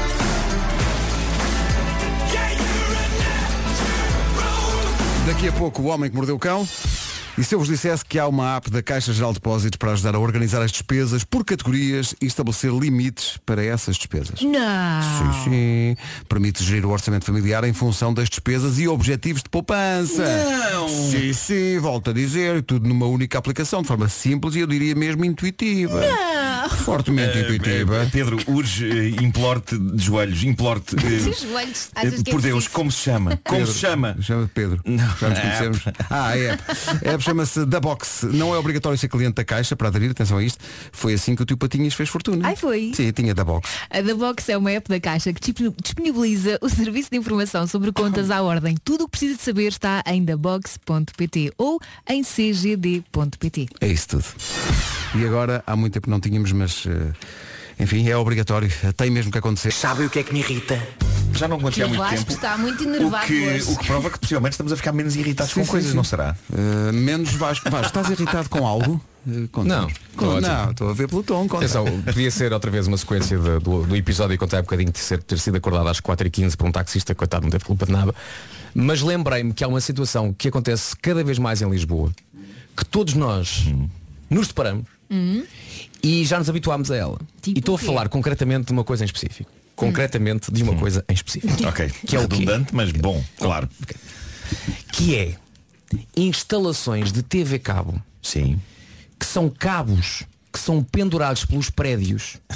Daqui a pouco, O Homem que Mordeu o Cão. E se eu vos dissesse que há uma app da Caixa Geral de Depósitos para ajudar a organizar as despesas por categorias e estabelecer limites para essas despesas? Não! Sim. Permite gerir o orçamento familiar em função das despesas e objetivos de poupança. Não! Sim, volto a dizer, tudo numa única aplicação, de forma simples e eu diria mesmo intuitiva. Não! Fortemente intuitiva. Pedro, urge, implore-te de joelhos, implore-te. Joelhos, por Deus, como se chama? Como se chama? Chama Pedro. Não. Já nos conhecemos. A app chama-se Da Box. Não é obrigatório ser cliente da Caixa para aderir, atenção a isto. Foi assim que o tio Patinhas fez fortuna. Ai, foi? Sim, tinha Da Box. A Da Box é uma app da Caixa que disponibiliza o serviço de informação sobre contas à ordem. Tudo o que precisa de saber está em dabox.pt ou em cgd.pt. É isso tudo. E agora, há muito tempo não tínhamos, mas enfim, é obrigatório. Tem mesmo que acontecer. Sabe o que é que me irrita? Já não acontecia há muito tempo. Está muito enervado o que prova que possivelmente estamos a ficar menos irritados com coisas, não será? Menos Vasco. Estás irritado com algo? Não, estou a ver pelo tom. Podia ser outra vez uma sequência do episódio e contar um bocadinho de ter sido acordado às 4h15 por um taxista, coitado, não teve culpa de nada. Mas lembrei-me que há uma situação que acontece cada vez mais em Lisboa, que todos nós nos deparamos e já nos habituámos a ela. Tipo e estou a falar concretamente de uma coisa em específico. Concretamente de uma coisa em específico. Ok. Que é redundante, mas bom, claro. Okay. Que é instalações de TV cabo. Sim. Que são cabos que são pendurados pelos prédios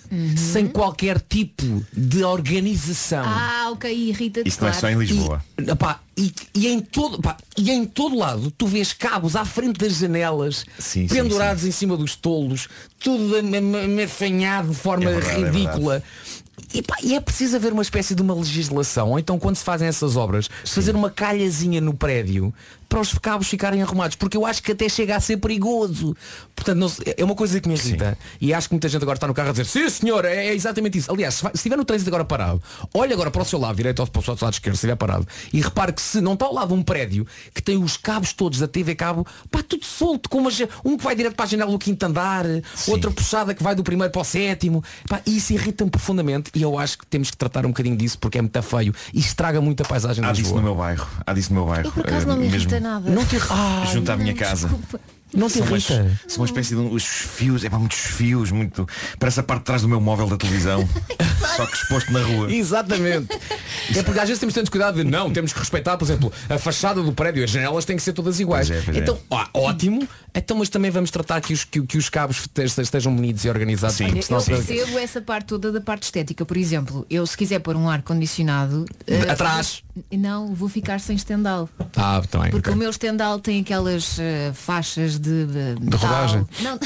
sem qualquer tipo de organização. Ok, irrita-te. Isto não é só em Lisboa. E em todo lado tu vês cabos à frente das janelas, pendurados em cima dos tolos, tudo afanhado de forma ridícula. E é preciso haver uma espécie de uma legislação, ou então quando se fazem essas obras, fazer uma calhazinha no prédio para os cabos ficarem arrumados, porque eu acho que até chega a ser perigoso. Portanto, não, é uma coisa que me irrita. E acho que muita gente agora está no carro a dizer, sim senhor, é exatamente isso. Aliás, se estiver no trânsito agora parado, olha agora para o seu lado direito ou para o seu lado esquerdo, se estiver parado, e repare que se não está ao lado de um prédio que tem os cabos todos da TV Cabo, tudo solto, com um que vai direto para a janela do quinto andar, outra puxada que vai do primeiro para o sétimo. Isso irrita-me profundamente e eu acho que temos que tratar um bocadinho disso porque é muito feio e estraga muito a paisagem de Lisboa. Há disso no meu bairro. Eu por acaso não me irrita nada. Não te junto à minha casa. Desculpa. Não te irrita? São uma espécie de os fios, muitos fios, muito. Parece a parte de trás do meu móvel da televisão. Só que exposto na rua. Exatamente. É porque às vezes temos tanto cuidado de temos que respeitar, por exemplo, a fachada do prédio, as janelas têm que ser todas iguais. Então, ótimo. Então, mas também vamos tratar que os cabos estejam bonitos e organizados. Olha, eu percebo essa parte toda da parte estética. Por exemplo, eu se quiser pôr um ar-condicionado atrás. Não, vou ficar sem estendal. Também. Porque o meu estendal tem aquelas faixas de rodagem. Não.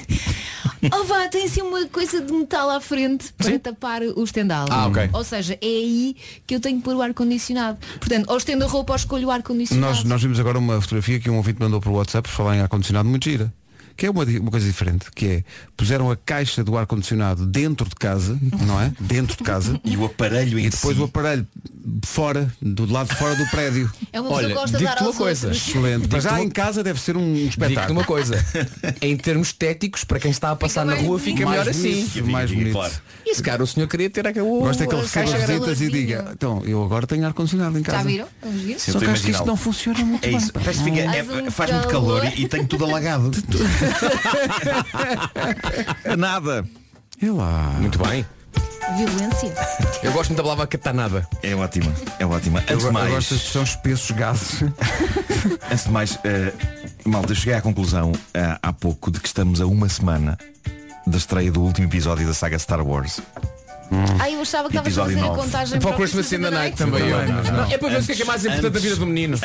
Tem assim uma coisa de metal à frente para tapar o estendal. Ok. Ou seja, é aí que eu tenho que pôr o ar-condicionado. Portanto, ou estendo a roupa ou escolho o ar-condicionado. Nós vimos agora uma fotografia que um ouvinte mandou para o WhatsApp por falar em ar-condicionado muito gira. Que é uma coisa diferente, que é, puseram a caixa do ar-condicionado dentro de casa, não é? Dentro de casa. E o aparelho e depois o aparelho fora, do lado de fora do prédio. É uma pessoa que gosta de dar aos coisa. outros. Excelente. Mas já em casa deve ser um espetáculo. Digo-te uma coisa. Em termos estéticos, para quem está a passar na rua, fica melhor assim. Mais bonito. Claro. E se calhar o senhor queria ter aquele. Gosto é que ele receba visitas e diga, então, eu agora tenho ar-condicionado em casa. Já viram? Só que acho que isto não funciona muito bem. Isso. Faz muito calor e tenho tudo alagado. Nada. E lá. Muito bem. Violência. Eu gosto muito da palavra catanada. É ótima. Antes de mais, eu gosto da expressão espessos gases. Antes de mais, malta, eu cheguei à conclusão há pouco de que estamos a uma semana da estreia do último episódio da saga Star Wars. Eu achava que estavas a fazer a contagem para o Christmas in the Night também. É para ver o que é mais importante da vida do menino.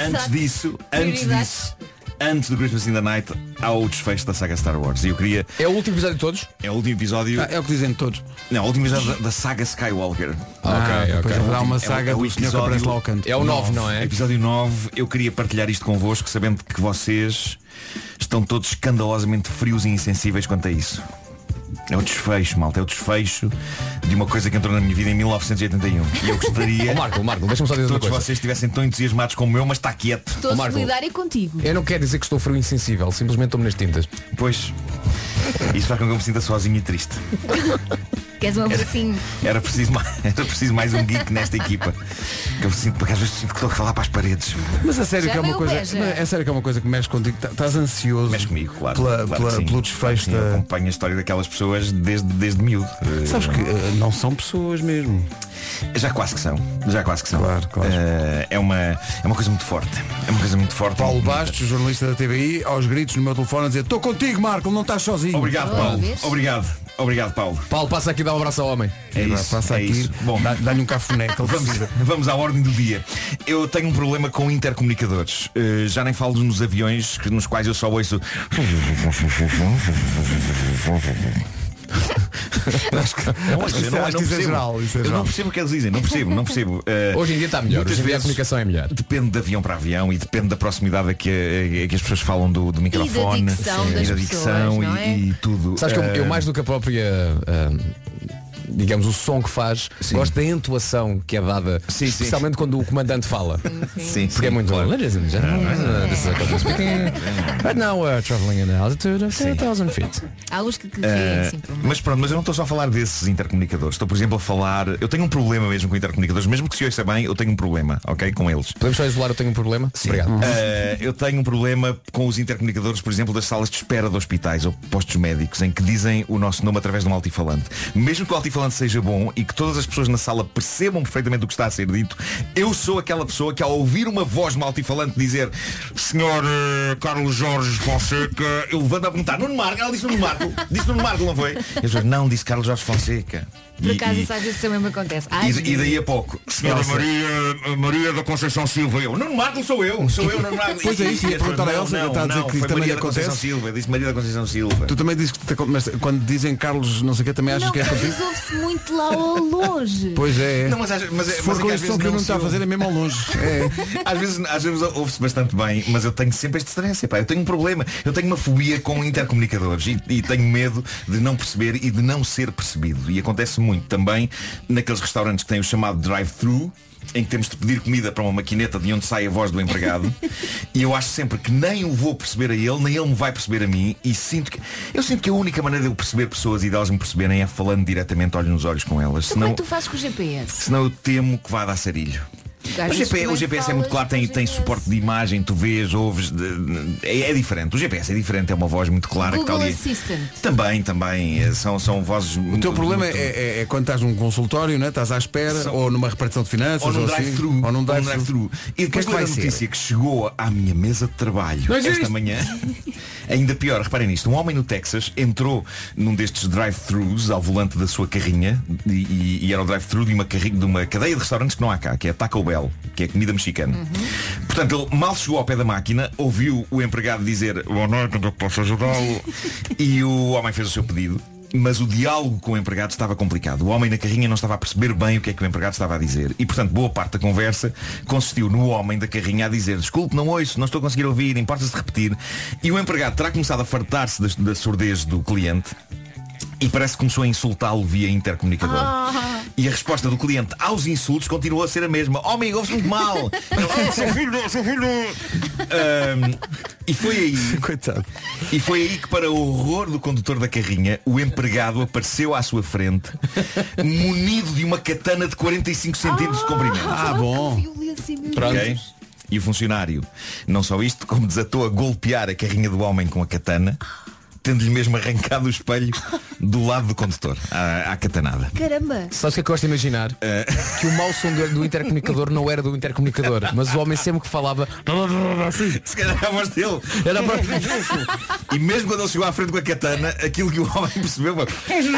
Antes do Christmas in the Night há o desfecho da saga Star Wars. E eu queria... É o último episódio de todos? É o último episódio... É o que dizem todos. Não, o último episódio da saga Skywalker. Ok. Haverá uma saga do senhor que aparece lá ao canto. É o 9, não é? Episódio 9. Eu queria partilhar isto convosco, sabendo que vocês estão todos escandalosamente frios e insensíveis quanto a isso. É o desfecho, malta, é o desfecho de uma coisa que entrou na minha vida em 1981. E eu gostaria Marco, deixa-me só dizer que uma todos coisa. vocês estivessem tão entusiasmados como eu, mas está quieto. Estou solidária contigo. Eu não quero dizer que estou frio e insensível, simplesmente estou-me nas tintas. Pois, isso faz com que eu me sinta sozinho e triste. Queres um abracinho? Era preciso mais um geek nesta equipa. Que eu sinto, porque às vezes sinto que estou a falar para as paredes. Mas a sério que é uma coisa. É sério que é uma coisa que mexe contigo. Estás ansioso. Mexe comigo, claro. Pelo desfecho. Eu acompanho a história daquelas pessoas desde miúdo. Sabes que não são pessoas mesmo. Já quase que são. Claro. É uma coisa muito forte. Paulo Bastos, jornalista da TVI, aos gritos no meu telefone a dizer: estou contigo, Marco, não estás sozinho. Obrigado, Paulo. Obrigado, Paulo. Paulo, passa aqui e dá um abraço ao homem. É isso. Passa aqui. Isso. Bom, dá-lhe um cafuné que ele precisa. Vamos à ordem do dia. Eu tenho um problema com intercomunicadores. Já nem falo nos aviões, nos quais eu só ouço. Eu não percebo o que eles dizem. Não percebo. Hoje em dia está melhor. Hoje em dia a comunicação é melhor. Depende de avião para avião e depende da proximidade a que as pessoas falam do microfone e da dicção e tudo. Sabes que eu mais do que a própria digamos, o som que faz, gosto da entoação que é dada, especialmente quando o comandante fala. Sim, porque é muito claro. Ladies and gentlemen, this is a speaking. Right now we're traveling in altitude of 10,000 feet. Há uns que mas pronto, mas eu não estou só a falar desses intercomunicadores. Estou, por exemplo, a falar. Eu tenho um problema mesmo com intercomunicadores, mesmo que se ouça bem, eu tenho um problema, ok, com eles. Podemos só isolar, eu tenho um problema? Sim. Obrigado. Eu tenho um problema com os intercomunicadores, por exemplo, das salas de espera de hospitais ou postos médicos, em que dizem o nosso nome através de um altifalante. Mesmo que o altifalante altifalante seja bom e que todas as pessoas na sala percebam perfeitamente o que está a ser dito, eu sou aquela pessoa que ao ouvir uma voz no altifalante dizer Sr. Carlos Jorge Fonseca, eu levanto a perguntar, Nuno Marco, ela disse Nuno Marco, não foi? Eu digo, não, disse Carlos Jorge Fonseca. Por acaso isso às vezes também me acontece. E daí a pouco, Senhora Maria da Conceição Silva, eu, Nuno Marco sou eu, Nuno Marco. Pois é isso, ia perguntar a Elsa, está a dizer que isso também Maria acontece. Da Silva, eu disse Maria da Conceição Silva. Tu também dizes que mas quando dizem Carlos não sei o que também achas que é contigo? Mas ouve-se muito lá ao longe. Pois é. Não, se for com este som que eu não está a fazer é mesmo ao longe. É. Às vezes ouve-se bastante bem, mas eu tenho sempre este stress. Eu tenho um problema. Eu tenho uma fobia com intercomunicadores e tenho medo de não perceber e de não ser percebido. E acontece muito também naqueles restaurantes que têm o chamado drive-thru, em que temos de pedir comida para uma maquineta de onde sai a voz do empregado. E eu acho sempre que nem o vou perceber a ele, nem ele me vai perceber a mim. E eu sinto que a única maneira de eu perceber pessoas e delas me perceberem é falando diretamente olhos nos olhos com elas. Então, como é que tu fazes com o GPS? Senão eu temo que vá dar sarilho. O GPS é muito claro, tem suporte de imagem, tu vês, ouves, é diferente. O GPS é diferente, é uma voz muito clara. Google que está ali. Também, são vozes. O teu problema é quando estás num consultório, né? Estás à espera, ou numa repartição de finanças, ou num drive-thru. Ou num drive-thru. E depois vai a notícia que chegou à minha mesa de trabalho esta manhã. Ainda pior, reparem nisto, um homem no Texas entrou num destes drive-thrus ao volante da sua carrinha e era o drive-thru de uma cadeia de restaurantes que não há cá, que é Taco Bell, que é comida mexicana. Portanto, ele mal chegou ao pé da máquina, ouviu o empregado dizer boa noite, onde eu posso ajudá-lo? E o homem fez o seu pedido. Mas o diálogo com o empregado estava complicado. O homem na carrinha não estava a perceber bem o que é que o empregado estava a dizer. E, portanto, boa parte da conversa consistiu no homem da carrinha a dizer desculpe, não ouço, não estou a conseguir ouvir, importa-se de repetir. E o empregado terá começado a fartar-se da surdez do cliente e parece que começou a insultá-lo via intercomunicador. E a resposta do cliente aos insultos continuou a ser a mesma. Oh, amigo, ouve-se muito mal. Seu filho. E foi aí, coitado. E foi aí que, para o horror do condutor da carrinha, o empregado apareceu à sua frente, munido de uma katana de 45 centímetros de comprimento. Bom. Pronto. Okay. E o funcionário, não só isto, como desatou a golpear a carrinha do homem com a katana, tendo-lhe mesmo arrancado o espelho do lado do condutor, à catanada. Caramba! Sabes o que é que eu gosto de imaginar? Que o mau som do intercomunicador não era do intercomunicador, mas o homem sempre que falava se calhar a voz dele era para... E mesmo quando ele chegou à frente com a katana, aquilo que o homem percebeu foi...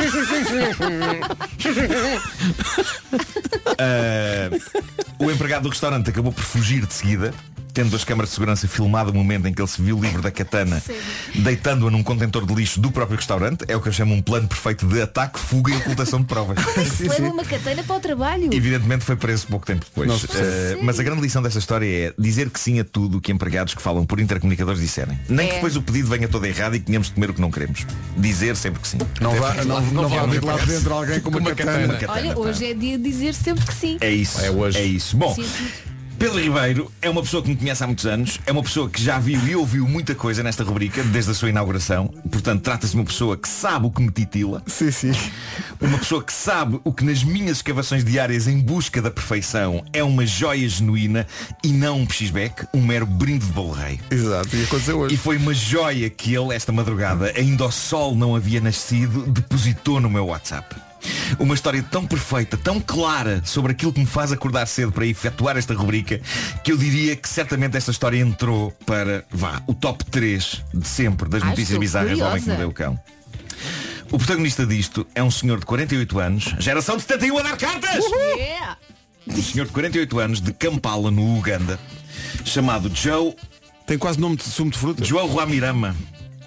O empregado do restaurante acabou por fugir de seguida, tendo as câmaras de segurança filmado o momento em que ele se viu livre da katana, deitando-a num contentor de lixo do próprio restaurante. É o que eu chamo um plano perfeito de ataque, fuga e ocultação de provas. Mas leva uma katana para o trabalho. Evidentemente foi preso pouco tempo depois. Mas a grande lição desta história é dizer que sim a tudo o que empregados que falam por intercomunicadores disserem. Nem que depois o pedido venha todo errado e que tenhamos de comer o que não queremos. Dizer sempre que sim. Não vai haver lá dentro alguém com uma katana. Olha, hoje é dia de dizer sempre que sim. É isso. É isso. Bom, Pedro Ribeiro é uma pessoa que me conhece há muitos anos, é uma pessoa que já viu e ouviu muita coisa nesta rubrica desde a sua inauguração. Portanto, trata-se de uma pessoa que sabe o que me titila. Sim. Uma pessoa que sabe o que nas minhas escavações diárias em busca da perfeição é uma joia genuína e não um pechisbeck, um mero brinde de bolo rei. Exato, e aconteceu hoje. E foi uma joia que ele, esta madrugada, ainda o sol não havia nascido, depositou no meu WhatsApp. Uma história tão perfeita, tão clara sobre aquilo que me faz acordar cedo para efetuar esta rubrica, que eu diria que certamente esta história entrou para, o top 3 de sempre das notícias bizarras do Homem que Mordeu o Cão. O protagonista disto é um senhor de 48 anos, geração de 71 a dar cartas! Um senhor de 48 anos de Kampala, no Uganda, chamado Joe... Tem quase nome de sumo de fruta. Joe Rwamirama.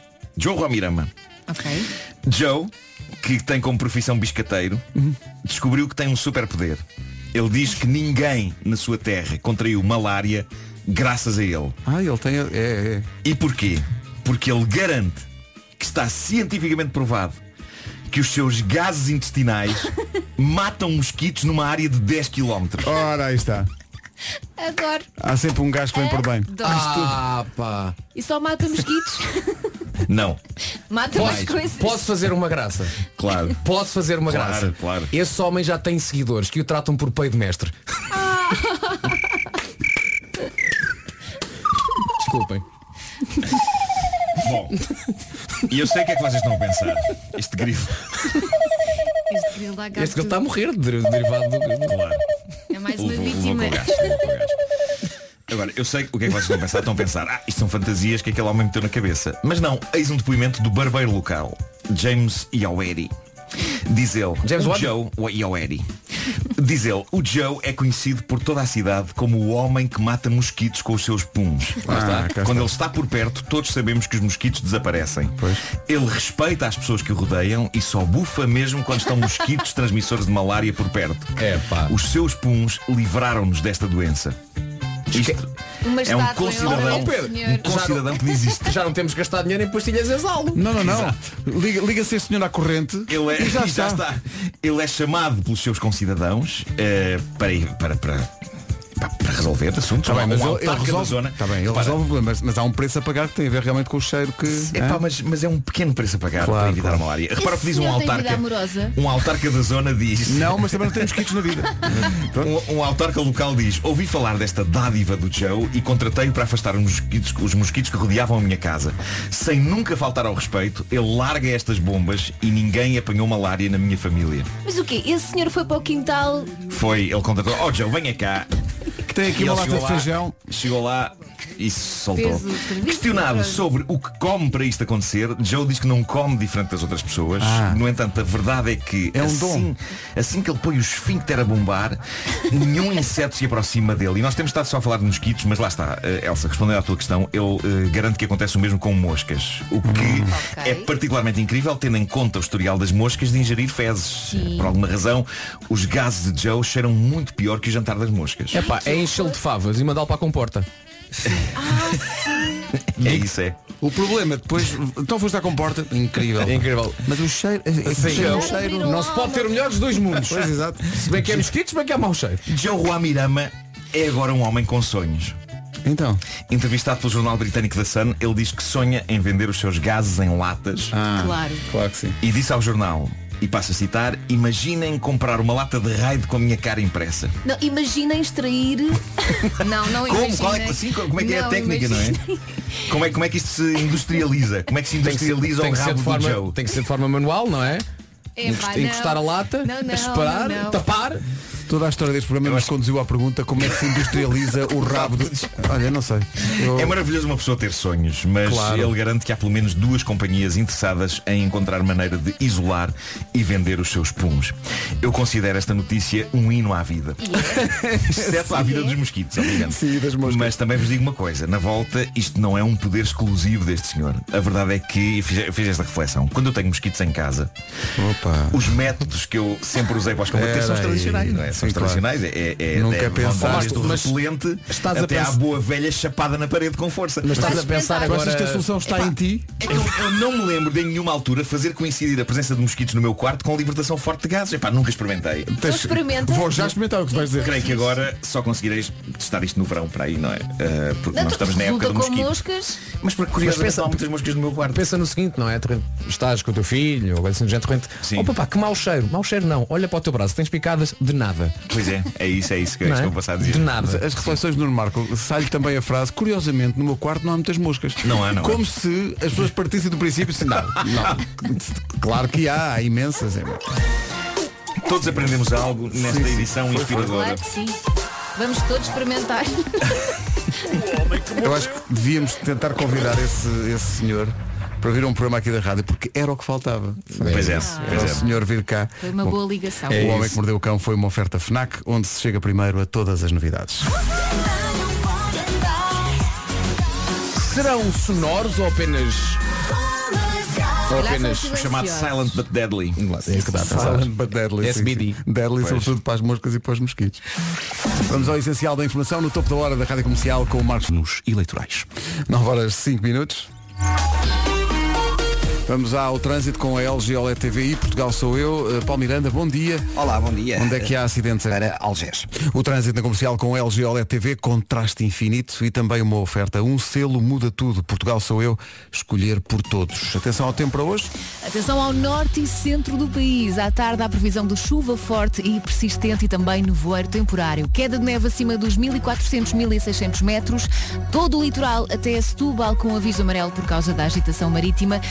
Ok. Joe, que tem como profissão biscateiro, descobriu que tem um superpoder. Ele diz que ninguém na sua terra contraiu malária graças a ele. Ele tem... E porquê? Porque ele garante que está cientificamente provado que os seus gases intestinais matam mosquitos numa área de 10 km. Ora, aí está. Adoro. Há sempre um gajo que vem por bem. Pá. E só mata mosquitos? Não. Mata mais coisas. Posso fazer uma graça? Claro. Posso fazer uma graça? Claro. Esse homem já tem seguidores que o tratam por peido mestre. Desculpem. Bom, e eu sei o que é que vocês estão a pensar. Este grifo. Este grilo dá Este grilo está a morrer, derivado do grilo. Claro. É mais uma vítima. Agora, eu sei o que é que vocês estão a pensar. Estão a pensar, isto são fantasias que aquele homem meteu na cabeça. Mas não, eis um depoimento do barbeiro local, James Ioweri. Diz ele, Diz ele, o Joe é conhecido por toda a cidade como o homem que mata mosquitos com os seus puns. Quando ele está por perto, todos sabemos que os mosquitos desaparecem. Pois. Ele respeita as pessoas que o rodeiam e só bufa mesmo quando estão mosquitos transmissores de malária por perto. Os seus puns livraram-nos desta doença. Isto é um concidadão que diz isto. Já não temos que gastar dinheiro em pastilhas exalo. Não. Liga-se este senhor à corrente. E já está. Ele é chamado pelos seus concidadãos para resolver assuntos. Ele resolve o problema, mas há um preço a pagar que tem a ver realmente com o cheiro que... mas é um pequeno preço a pagar para evitar a malária. Repara o que diz um autarca. Um autarca da zona diz... Não, mas também não tem mosquitos na vida. Um autarca local diz: ouvi falar desta dádiva do Joe e contratei-o para afastar os mosquitos que rodeavam a minha casa. Sem nunca faltar ao respeito, ele larga estas bombas e ninguém apanhou malária na minha família. Mas o quê? Esse senhor foi para o quintal? Foi, ele contratou: Joe, venha cá. Que tem aqui uma lata de feijão. Chegou lá e soltou. Questionado sobre o que come para isto acontecer, Joe diz que não come diferente das outras pessoas. No entanto, a verdade é que assim que ele põe o esfíncter a bombar, nenhum inseto se aproxima dele. E nós temos estado só a falar de mosquitos, mas lá está, Elsa, respondendo à tua questão, ele garante que acontece o mesmo com moscas. O que é particularmente incrível, tendo em conta o historial das moscas de ingerir fezes. Por alguma razão, os gases de Joe cheiram muito pior que o jantar das moscas. É enchê-lo de favas e mandá-lo para a comporta. O problema depois, então foste à comporta. Incrível. Mas o cheiro, não se pode ter o melhor dos dois mundos. Pois, exato. Se bem que é mosquitos, se bem que é mau cheiro. Joe Ruamirama é agora um homem com sonhos. Então, entrevistado pelo jornal britânico The Sun, ele diz que sonha em vender os seus gases em latas. Claro que sim. E disse ao jornal, e passo a citar: imaginem comprar uma lata de raid com a minha cara impressa. Não, imaginem extrair. Não imaginem. Como é que é a técnica, não é? Como é que isto se industrializa? Como é que se industrializa o rabo do Joe? Tem que ser de forma manual, não é? Encostar a lata, separar, tapar. Toda a história deste programa nos conduziu à pergunta: como é que se industrializa o rabo do... Olha, não sei. É maravilhoso uma pessoa ter sonhos, mas ele garante que há pelo menos 2 companhias interessadas em encontrar maneira de isolar e vender os seus puns. Eu considero esta notícia um hino à vida. Exceto à vida dos mosquitos, obviamente. Sim, das moscas. Mas também vos digo uma coisa: na volta, isto não é um poder exclusivo deste senhor. A verdade é que, eu fiz esta reflexão, quando eu tenho mosquitos em casa, os métodos que eu sempre usei para os combater são os tradicionais, não é? São tradicionais, nunca pensar desde o repelente até à boa velha chapada na parede com força. Mas estás a pensar agora... Achas que a solução está em ti? Eu não me lembro de em nenhuma altura fazer coincidir a presença de mosquitos no meu quarto com a libertação forte de gases. Nunca experimentei. Vou já experimentar o que vais dizer. Creio que agora só conseguireis testar isto no verão para aí, não é? Porque nós estamos na época do mosquito. Mas para curiosidade, há muitas moscas no meu quarto. Pensa no seguinte, não é? Estás com o teu filho, ou assim de gente corrente. Oh papá, que mau cheiro. Mau cheiro não. Olha para o teu braço, tens picadas de nada. Pois é isso que eu vou passar a dizer. De nada. As reflexões do Marco, sai-lhe também a frase: curiosamente, no meu quarto não há muitas moscas. Não há. Como se as pessoas partissem do princípio assim, não. Claro que há imensas. Todos aprendemos algo nesta edição inspiradora. Claro que sim. Vamos todos experimentar. Eu acho que devíamos tentar convidar esse senhor para vir a um programa aqui da rádio, porque era o que faltava. Pois é. O senhor vir cá. Foi uma boa ligação. O Homem que Mordeu o Cão foi uma oferta FNAC, onde se chega primeiro a todas as novidades. Serão sonoros ou apenas o chamado Silent But Deadly? Silent But Deadly. SBD. Deadly, sobretudo para as moscas e para os mosquitos. Vamos ao essencial da informação no topo da hora da Rádio Comercial com o Marcos nos eleitorais. 9h05. Vamos ao trânsito com a LG OLED TVI, Portugal sou eu. Paulo Miranda, bom dia. Olá, bom dia. Onde é que há acidentes? Para Algés. O trânsito na comercial com a LG OLED TV, contraste infinito e também uma oferta. Um selo muda tudo. Portugal sou eu, escolher por todos. Atenção ao tempo para hoje. Atenção ao norte e centro do país. À tarde há previsão de chuva forte e persistente e também nevoeiro temporário. Queda de neve acima dos 1400, 1600 metros. Todo o litoral até Setúbal com aviso amarelo por causa da agitação marítima.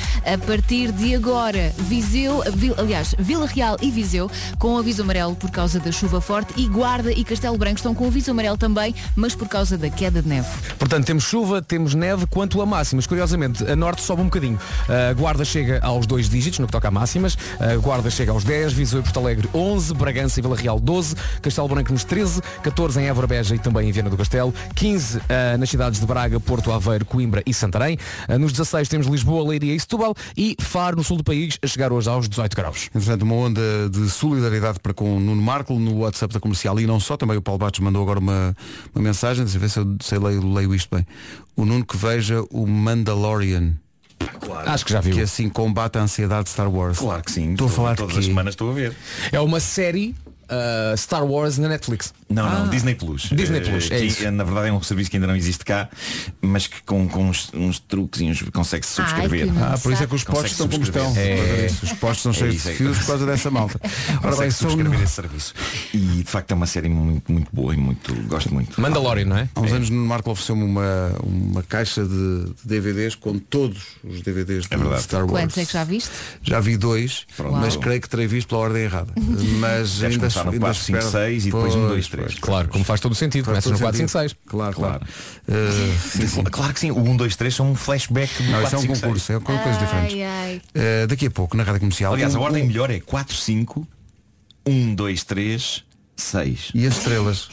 partir de agora. Vila Real e Viseu com aviso amarelo por causa da chuva forte e Guarda e Castelo Branco estão com aviso amarelo também, mas por causa da queda de neve. Portanto, temos chuva, temos neve. Quanto a máximas, curiosamente, a norte sobe um bocadinho. A Guarda chega aos 2 dígitos, no que toca a máximas. A Guarda chega aos 10, Viseu e Porto Alegre 11, Bragança e Vila Real 12, Castelo Branco nos 13, 14 em Évora, Beja e também em Viana do Castelo, 15 nas cidades de Braga, Porto, Aveiro, Coimbra e Santarém. Nos 16 temos Lisboa, Leiria e Setúbal e Faro, no sul do país, a chegar hoje aos 18 graus. Entretanto, uma onda de solidariedade para com o Nuno Marco no WhatsApp da Comercial e não só, também o Paulo Batos mandou agora uma mensagem, deixa eu ver se eu leio isto bem. O Nuno que veja o Mandalorian. Claro. Acho que já viu. Que assim combate a ansiedade de Star Wars. Claro que sim. Estou a falar todas as semanas estou a ver. É uma série Star Wars na Netflix. Não, Disney Plus. Disney Plus, é isso. Na verdade é um serviço que ainda não existe cá, mas que com uns truques consegue-se subscrever. Por isso é que os postos estão como estão. Os postos são cheios de fios por causa dessa malta. Ora bem, subscrever esse serviço. E de facto é uma série muito, muito boa e gosto muito. Mandalorian, não é? Há uns anos no Marco ofereceu-me uma caixa de DVDs com todos os DVDs de Star Wars. Quantos é que já viste? Já vi 2, mas creio que terei visto pela ordem errada. Mas ainda está no 4, 5, 6 e depois 1, 2, 3. Claro, como faz todo o sentido. Começa no 4, 5, 6. Claro. Claro que sim. O 1, 2, 3 são um flashback do 4, 5, 6. Isso é um concurso, é coisa diferente. Daqui a pouco, na Rádio Comercial. Aliás, a ordem melhor é 4, 5, 1, 2, 3, 6. E as estrelas.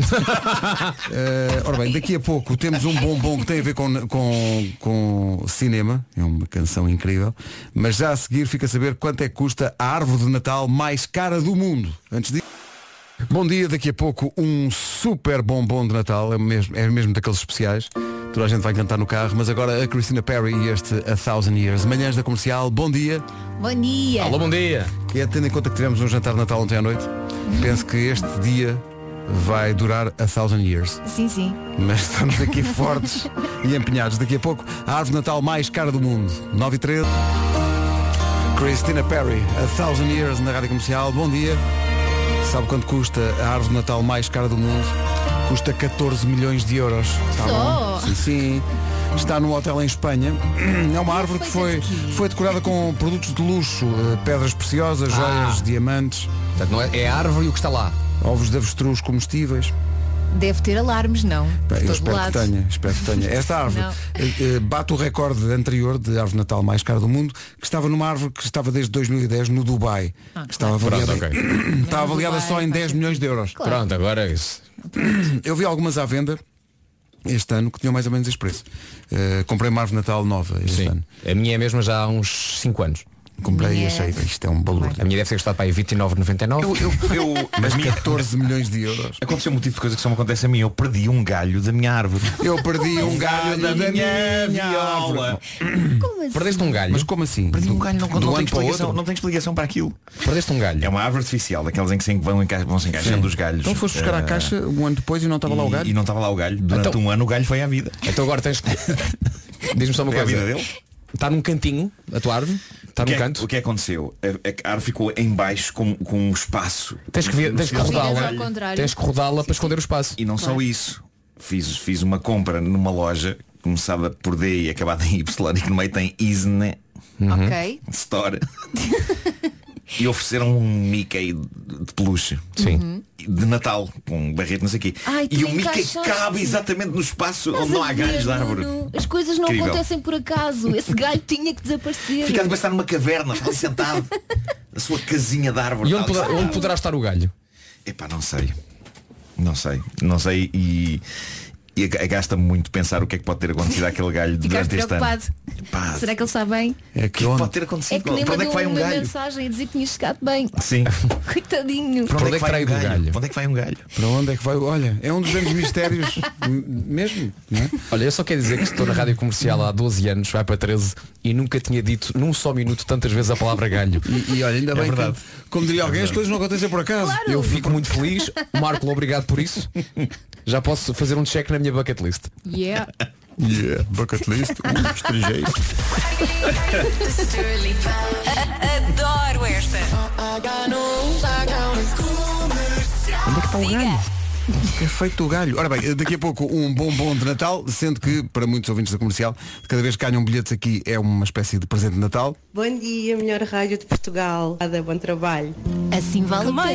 Ora bem, daqui a pouco temos um bombom que tem a ver com cinema. É uma canção incrível. Mas já a seguir fica a saber quanto é que custa a árvore de Natal mais cara do mundo. Antes de... Bom dia, daqui a pouco um super bombom de Natal. É mesmo daqueles especiais. Toda a gente vai cantar no carro. Mas agora a Christina Perri e este A Thousand Years. Manhãs da Comercial, bom dia. Bom dia. Alô, bom dia. E tendo em conta que tivemos um jantar de Natal ontem à noite, penso que este dia vai durar a 1000 years. Sim. Mas estamos aqui fortes e empenhados. Daqui a pouco, a árvore de Natal mais cara do mundo. 9h13. Christina Perri, A 1000 Years na Rádio Comercial. Bom dia. Sabe quanto custa a árvore de Natal mais cara do mundo? Custa 14 milhões de euros. Está bom? Sim. Está num hotel em Espanha. É uma árvore que foi decorada com produtos de luxo, pedras preciosas, joias, diamantes. Portanto, não é a árvore e o que está lá. Ovos de avestruz comestíveis. Deve ter alarmes, não? Eu espero que tenha. Esta árvore bate o recorde anterior de árvore de Natal mais cara do mundo, que estava numa árvore que estava desde 2010 no Dubai. Que estava avaliada, estava avaliada só em 10 milhões de euros. Claro. Pronto, agora é isso. Eu vi algumas à venda este ano que tinham mais ou menos esse preço. Comprei uma árvore de Natal nova este ano. A minha é mesma já há uns 5 anos. Comprei e achei, isto é um valor. A minha deve ser custada para aí 29,99. Mas 14 milhões de euros. Aconteceu um tipo de coisa que só me acontece a mim. Eu perdi um galho da minha árvore. Eu perdi um galho da minha viola. Como assim? Perdeste um galho? Mas como assim? Perdi um galho, não tem explicação para aquilo. Perdeste um galho? É uma árvore artificial, daquelas em que vão se encaixando os galhos. Então foste buscar a caixa um ano depois e não estava lá o galho? E não estava lá o galho. Durante um ano o galho foi à vida. Então agora tens que... Diz-me só uma coisa. A vida dele? Está num cantinho, a tua árvore? Está num canto? O que aconteceu? A árvore ficou em baixo com um espaço. Tens que rodá-la. Tens que rodá-la para esconder o espaço. E não só isso. Fiz uma compra numa loja começada por D e acabada em Y e que no meio tem Isne Store. E ofereceram um Mickey de peluche. Sim. De Natal, com barrete, não sei o quê. E o Mickey cabe exatamente no espaço onde não há galhos de árvore. As coisas não acontecem por acaso. Esse galho tinha que desaparecer. Fica a estar numa caverna, ali sentado, na sua casinha de árvore. E onde poderá estar o galho? Epá, não sei e gasta muito pensar o que é que pode ter acontecido àquele galho durante este ano. Epá, será que ele está bem? É que pode ter acontecido. É que nem mandou uma mensagem a dizer que tinha chegado bem. Sim. Coitadinho. Para onde é que vai um galho? Para onde é que vai um galho? Para onde é que vai? Olha, é um dos grandes mistérios mesmo, não é? Olha, eu só quero dizer que estou na Rádio Comercial há 12 anos, vai para 13 e nunca tinha dito num só minuto tantas vezes a palavra galho. E olha, ainda bem que, como diria alguém, as coisas não acontecem por acaso. Claro. Eu fico muito feliz. Marco, obrigado por isso. Já posso fazer um check na minha bucket list. Yeah, bucket list, estrangeiro. Adoro esta. Onde é que está o galho? É feito o galho. Ora bem, daqui a pouco um bombom de Natal, sendo que, para muitos ouvintes da Comercial, cada vez que ganham bilhetes aqui é uma espécie de presente de Natal. Bom dia, melhor rádio de Portugal. Bom trabalho. Assim vale o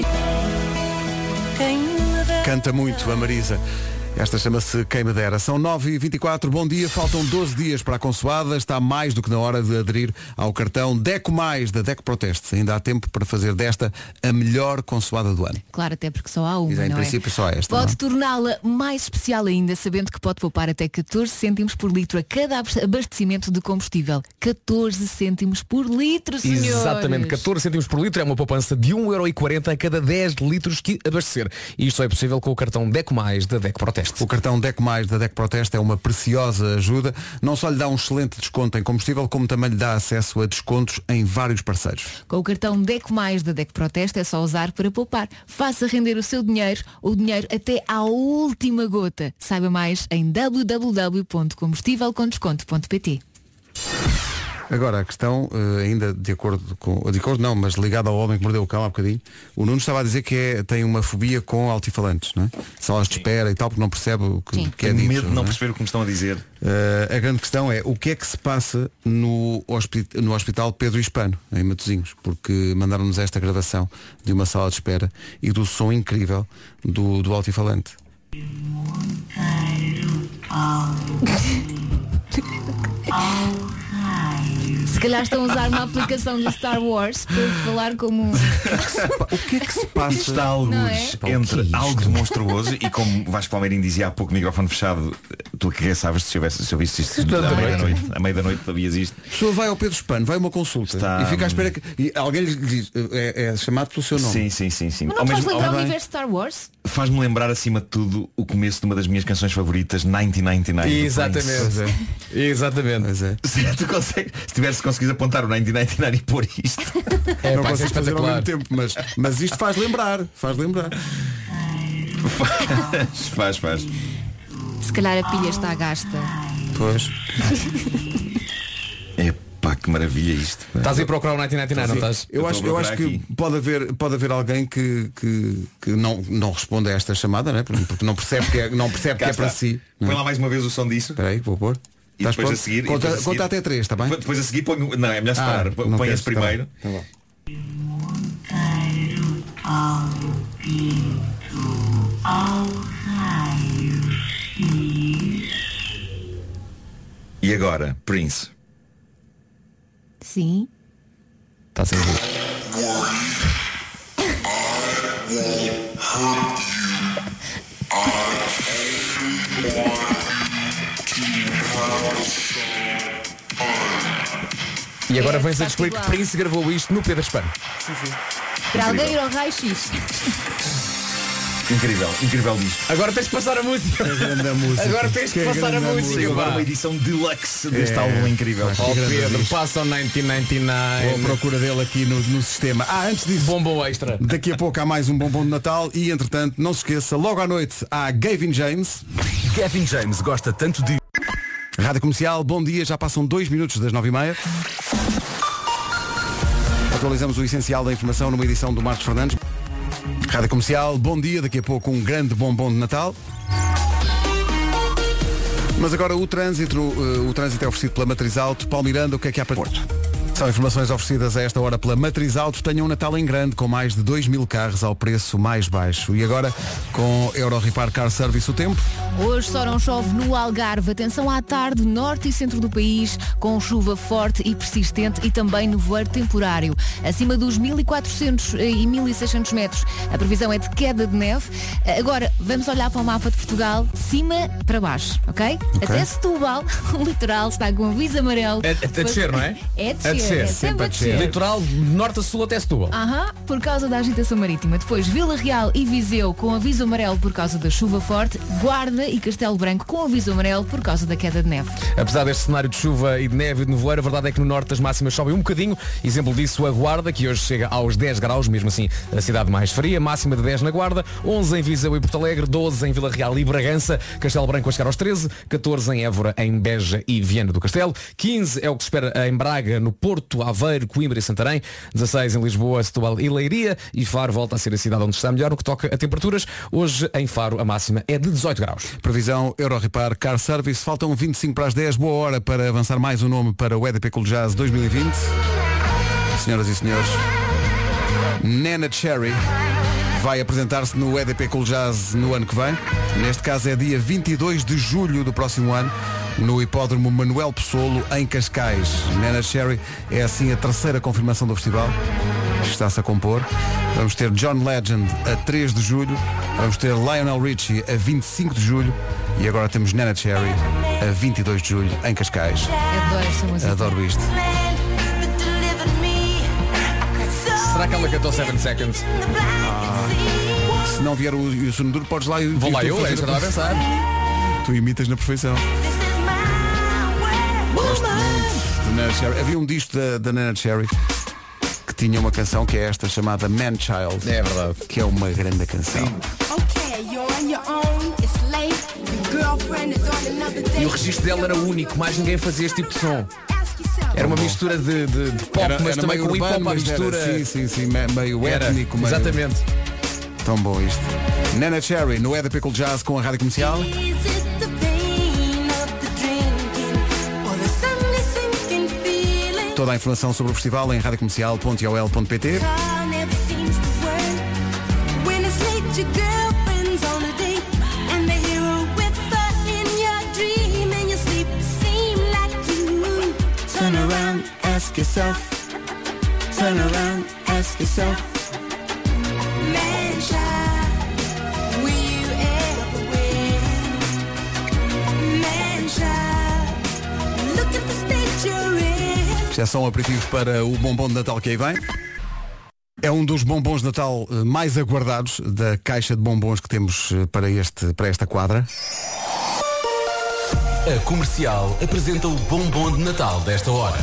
Canta muito a Marisa. Esta chama-se Quem Me Dera. São 9h24, bom dia, faltam 12 dias para a consoada, está mais do que na hora de aderir ao cartão Deco Mais da Deco Proteste. Ainda há tempo para fazer desta a melhor consoada do ano. Claro, até porque só há uma, em princípio só há esta. Pode torná-la mais especial ainda, sabendo que pode poupar até 14 cêntimos por litro a cada abastecimento de combustível. 14 cêntimos por litro, senhores. Exatamente, 14 cêntimos por litro é uma poupança de 1,40€ a cada 10 litros que abastecer. E isto só é possível com o cartão Deco Mais da Deco Proteste. O cartão Deco Mais da Deco Proteste é uma preciosa ajuda. Não só lhe dá um excelente desconto em combustível, como também lhe dá acesso a descontos em vários parceiros. Com o cartão Deco Mais da Deco Proteste é só usar para poupar. Faça render o seu dinheiro, o dinheiro até à última gota. Saiba mais em www.combustívelcomdesconto.pt. Agora, a questão, ainda de acordo não, mas ligado ao homem que mordeu o cão há bocadinho, o Nuno estava a dizer que tem uma fobia com altifalantes, não é? Salas de espera e tal, porque não percebe o que é dito. Medo de não perceber o que me estão a dizer. A grande questão é o que é que se passa no Hospital Pedro Hispano, em Matosinhos, porque mandaram-nos esta gravação de uma sala de espera e do som incrível do altifalante. Se calhar estão a usar uma aplicação do Star Wars para falar como... O que é que se passa? Está alguns entre algo de monstruoso e como Vasco Palmeirinho dizia há pouco, microfone fechado, tu que sabes se eu visse isto à meia da noite sabias isto. A pessoa vai ao Pedro Hispano, vai a uma consulta e fica à espera que alguém lhe diz, é chamado pelo seu nome. Sim. Mas não faz lembrar o universo Star Wars? Faz-me lembrar acima de tudo o começo de uma das minhas canções favoritas, 1999. Exatamente. Se conseguires apontar o 1999 e pôr isto. Não consigo fazer ao mesmo tempo, mas isto faz lembrar. Faz. Se calhar a pilha está gasta. Pois. Epá, que maravilha isto. Estás a ir procurar o 1999, não estás? Eu acho que pode haver alguém que não responde a esta chamada, né? Porque não percebe que é para si. Põe lá mais uma vez o som disso. Espera aí, vou pôr. E depois a seguir, conta até 3, está bem? Depois a seguir ponho. Não, é melhor separar. Põe esse primeiro. Tá bom. E agora, Prince. Sim. Está sem ver. E agora vem-se a descobrir que Prince gravou isto no Pedro Hispano. Sim. Para alguém ir ao raio-x. Incrível disto. Agora tens que passar a música. Agora tens que passar a música. Agora uma edição deluxe deste álbum incrível. Pedro, passa o 1999. Vou à procura dele aqui no sistema. Antes disso, bombom extra. Daqui a pouco há mais um bombom de Natal e entretanto, não se esqueça, logo à noite há Gavin James. Gavin James gosta tanto de... Rádio Comercial, bom dia, já passam 2 minutos das 9h30. Atualizamos o essencial da informação numa edição do Marcos Fernandes. Rádio Comercial, bom dia, daqui a pouco um grande bombom de Natal. Mas agora o trânsito é oferecido pela Matriz Auto. Paulo Miranda, o que é que há para Porto? São informações oferecidas a esta hora pela Matriz Auto. Tenham um Natal em grande, com mais de 2.000 carros ao preço mais baixo. E agora, com Euro Repar Car Service, o tempo? Hoje só não chove no Algarve. Atenção à tarde, norte e centro do país, com chuva forte e persistente e também nevoeiro temporário. Acima dos 1.400 e 1.600 metros, a previsão é de queda de neve. Agora, vamos olhar para o mapa de Portugal, de cima para baixo, ok? Até Setúbal, o litoral está com aviso amarelo. É descer, não é? É descer. É sempre a descer. Litoral norte a sul até Setúbal. Por causa da agitação marítima. Depois Vila Real e Viseu com aviso amarelo por causa da chuva forte. Guarda e Castelo Branco com aviso amarelo por causa da queda de neve. Apesar deste cenário de chuva e de neve e de nevoeiro, a verdade é que no norte as máximas sobem um bocadinho. Exemplo disso a Guarda, que hoje chega aos 10 graus, mesmo assim a cidade mais fria. Máxima de 10 na Guarda, 11 em Viseu e Porto Alegre, 12 em Vila Real e Bragança. Castelo Branco a chegar aos 13, 14 em Évora, em Beja e Viana do Castelo. 15 é o que se espera em Braga, no Porto Porto, Aveiro, Coimbra e Santarém, 16 em Lisboa, Setúbal e Leiria, e Faro volta a ser a cidade onde está melhor no que toca a temperaturas. Hoje em Faro a máxima é de 18 graus. Previsão Eurorepar Car Service. Faltam 25 para as 10. Boa hora para avançar mais um nome para o EDP Cool Jazz 2020. Senhoras e senhores, Neneh Cherry vai apresentar-se no EDP Cool Jazz no ano que vem. Neste caso é dia 22 de julho do próximo ano, no Hipódromo Manuel Pessolo, em Cascais. Neneh Cherry é assim a terceira confirmação do festival. Está-se a compor. Vamos ter John Legend a 3 de julho. Vamos ter Lionel Richie a 25 de julho. E agora temos Neneh Cherry a 22 de julho em Cascais. Adoro esta música. Adoro isto. Será que ela cantou 7 Seconds? Se não vier o Sonoduro, podes lá e vou lá eu, é isso que eu estava a pensar. Tu imitas na perfeição. Gosto muito de Neneh Cherry. Havia um disco da Neneh Cherry que tinha uma canção que é esta, chamada Man Child. É verdade. Que é uma grande canção. E o registro dela era único, mais ninguém fazia este tipo de som. Era uma mistura de pop, mas também com hip-hop à mistura. Sim, meio étnico. Meio... Exatamente. Tão bom isto. Neneh Cherry no EDP Cool Jazz com a Rádio Comercial. Toda a informação sobre o festival em radiocomercial.ol.pt. Turn around, ask yourself. Turn around, ask yourself. Isto é só um aperitivo para o bombom de Natal que aí vem. É um dos bombons de Natal mais aguardados da caixa de bombons que temos para esta quadra. A Comercial apresenta o bombom de Natal desta hora.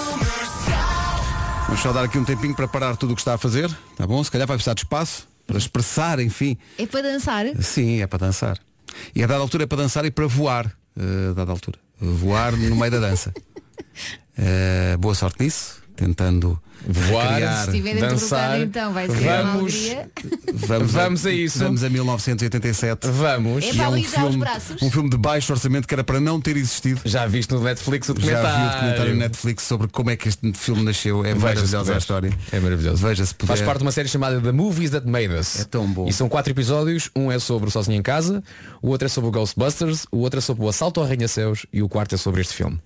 Vamos só dar aqui um tempinho para parar tudo o que está a fazer. Tá bom? Se calhar vai precisar de espaço para expressar, enfim. É para dançar? Sim, é para dançar. E a dada altura é para dançar e para voar. A dada altura. Voar no meio da dança. Boa sorte nisso. Tentando voar, dançar, então vai ser uma alegria. Vamos a isso. Vamos a 1987. Vamos. É um filme de baixo orçamento que era para não ter existido. Já viste no Netflix o documentário? Já vi o documentário no Netflix sobre como é que este filme nasceu. É maravilhosa a história. É maravilhoso. Veja se puder. Faz parte de uma série chamada The Movies That Made Us. É tão bom. E são 4 episódios. Um é sobre o Sozinho em Casa, o outro é sobre o Ghostbusters, o outro é sobre o Assalto ao Arranha-Céus e o quarto é sobre este filme.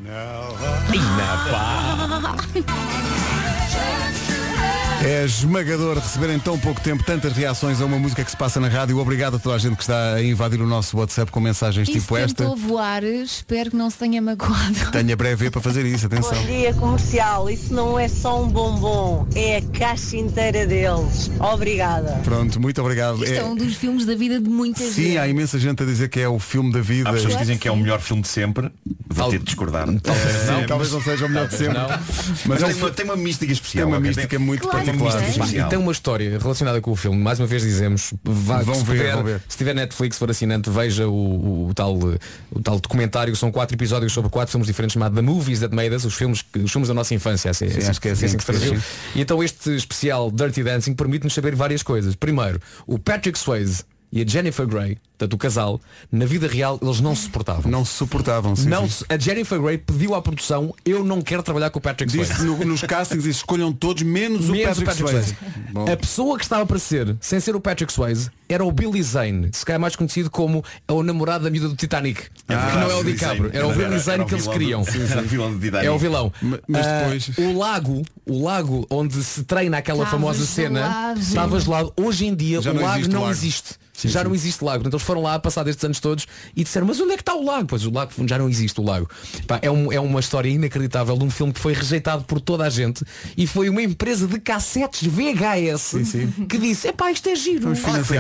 É esmagador receber em tão pouco tempo tantas reações a uma música que se passa na rádio. Obrigado a toda a gente que está a invadir o nosso WhatsApp com mensagens e tipo esta. Tentou voar, espero que não se tenha magoado. Tenha breve para fazer isso, atenção. Bom dia, Comercial. Isso não é só um bombom, é a caixa inteira deles. Obrigada. Pronto, muito obrigado. Isto é um dos filmes da vida de muita gente. Sim, há imensa gente a dizer que é o filme da vida. Há pessoas que dizem que é o melhor filme de sempre. Vou ter de discordar. Talvez não seja o melhor de sempre. Mas tem uma mística especial. Tem uma mística muito particular. E tem uma história relacionada com o filme. Mais uma vez dizemos, vão ver. Se tiver Netflix, for assinante, veja o tal documentário. São 4 episódios sobre 4 filmes diferentes, chamado The Movies That Made Us, os filmes da nossa infância. Acho que é assim que se traduziu. E então este especial Dirty Dancing permite-nos saber várias coisas. Primeiro, o Patrick Swayze e a Jennifer Grey, portanto o casal, na vida real eles não se suportavam. Não se suportavam, sim. A Jennifer Grey pediu à produção: eu não quero trabalhar com o Patrick Swayze. Disse nos castings, escolham todos menos o Patrick Swayze. A pessoa que estava para ser, sem ser o Patrick Swayze, era o Billy Zane, se calhar mais conhecido como o namorado da miúda do Titanic, que não é o DiCaprio, era o Billy Zane que eles queriam. É o vilão. Mas depois o lago onde se treina aquela famosa cena estava gelado. Hoje em dia o lago não existe. Já não existe lago. Então eles foram lá passar estes anos todos e disseram: mas onde é que está o lago? Pois o lago já não existe o lago. É uma história inacreditável de um filme que foi rejeitado por toda a gente e foi uma empresa de cassetes VHS que disse: epá, isto é giro.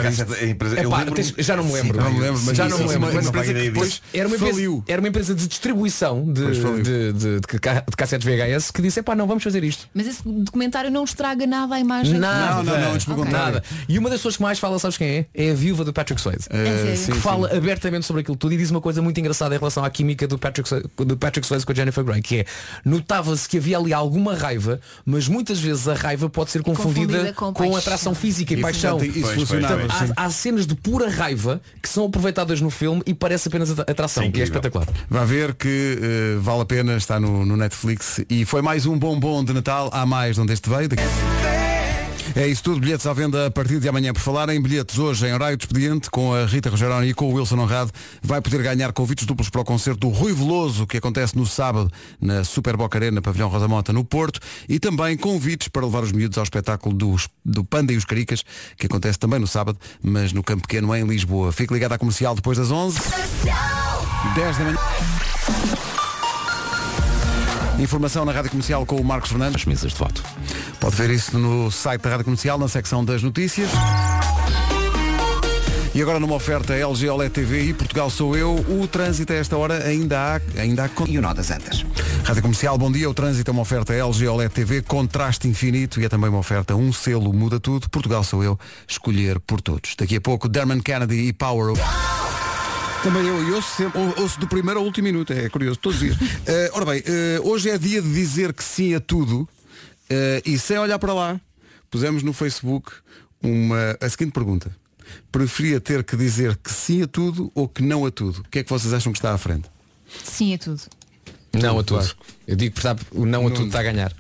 Já não me lembro. Já não me lembro. Era uma empresa de distribuição de cassetes VHS que disse: epá, não, vamos fazer isto. Mas esse documentário não estraga nada a imagem. Nada. E uma das pessoas que mais fala, sabes quem é? É a viúva do Patrick Swayze. que fala abertamente sobre aquilo tudo e diz uma coisa muito engraçada em relação à química do Patrick Swayze com a Jennifer Grey, que é, notava-se que havia ali alguma raiva, mas muitas vezes a raiva pode ser confundida com atração física e paixão. Há cenas de pura raiva que são aproveitadas no filme e parece apenas atração, e é espetacular. Vai ver que vale a pena, está no Netflix e foi mais um bombom de Natal, há mais de onde este veio. É isso tudo, bilhetes à venda a partir de amanhã. Por falar em bilhetes, hoje em horário de expediente, com a Rita Rogeroni e com o Wilson Honrado, vai poder ganhar convites duplos para o concerto do Rui Veloso, que acontece no sábado na Super Boca Arena, Pavilhão Rosa Mota, no Porto, e também convites para levar os miúdos ao espetáculo do Panda e os Caricas, que acontece também no sábado, mas no Campo Pequeno, em Lisboa. Fique ligado à Comercial depois das 11, 10 da manhã. Informação na Rádio Comercial com o Marcos Fernandes. As mesas de voto. Pode ver isso no site da Rádio Comercial, na secção das notícias. E agora numa oferta LG OLED TV e Portugal Sou Eu, o trânsito a esta hora ainda há... E o nó das antas. Rádio Comercial, bom dia. O trânsito é uma oferta LG OLED TV, contraste infinito, e é também uma oferta um selo muda tudo. Portugal Sou Eu, escolher por todos. Daqui a pouco, Dermot Kennedy e Power. Também eu ouço do primeiro ao último minuto, é curioso, todos os dias. Ora bem, hoje é dia de dizer que sim a tudo, e sem olhar para lá, pusemos no Facebook a seguinte pergunta: preferia ter que dizer que sim a tudo ou que não a tudo? O que é que vocês acham que está à frente? Sim a tudo. Não a tudo. Eu digo que o não a tudo está a ganhar.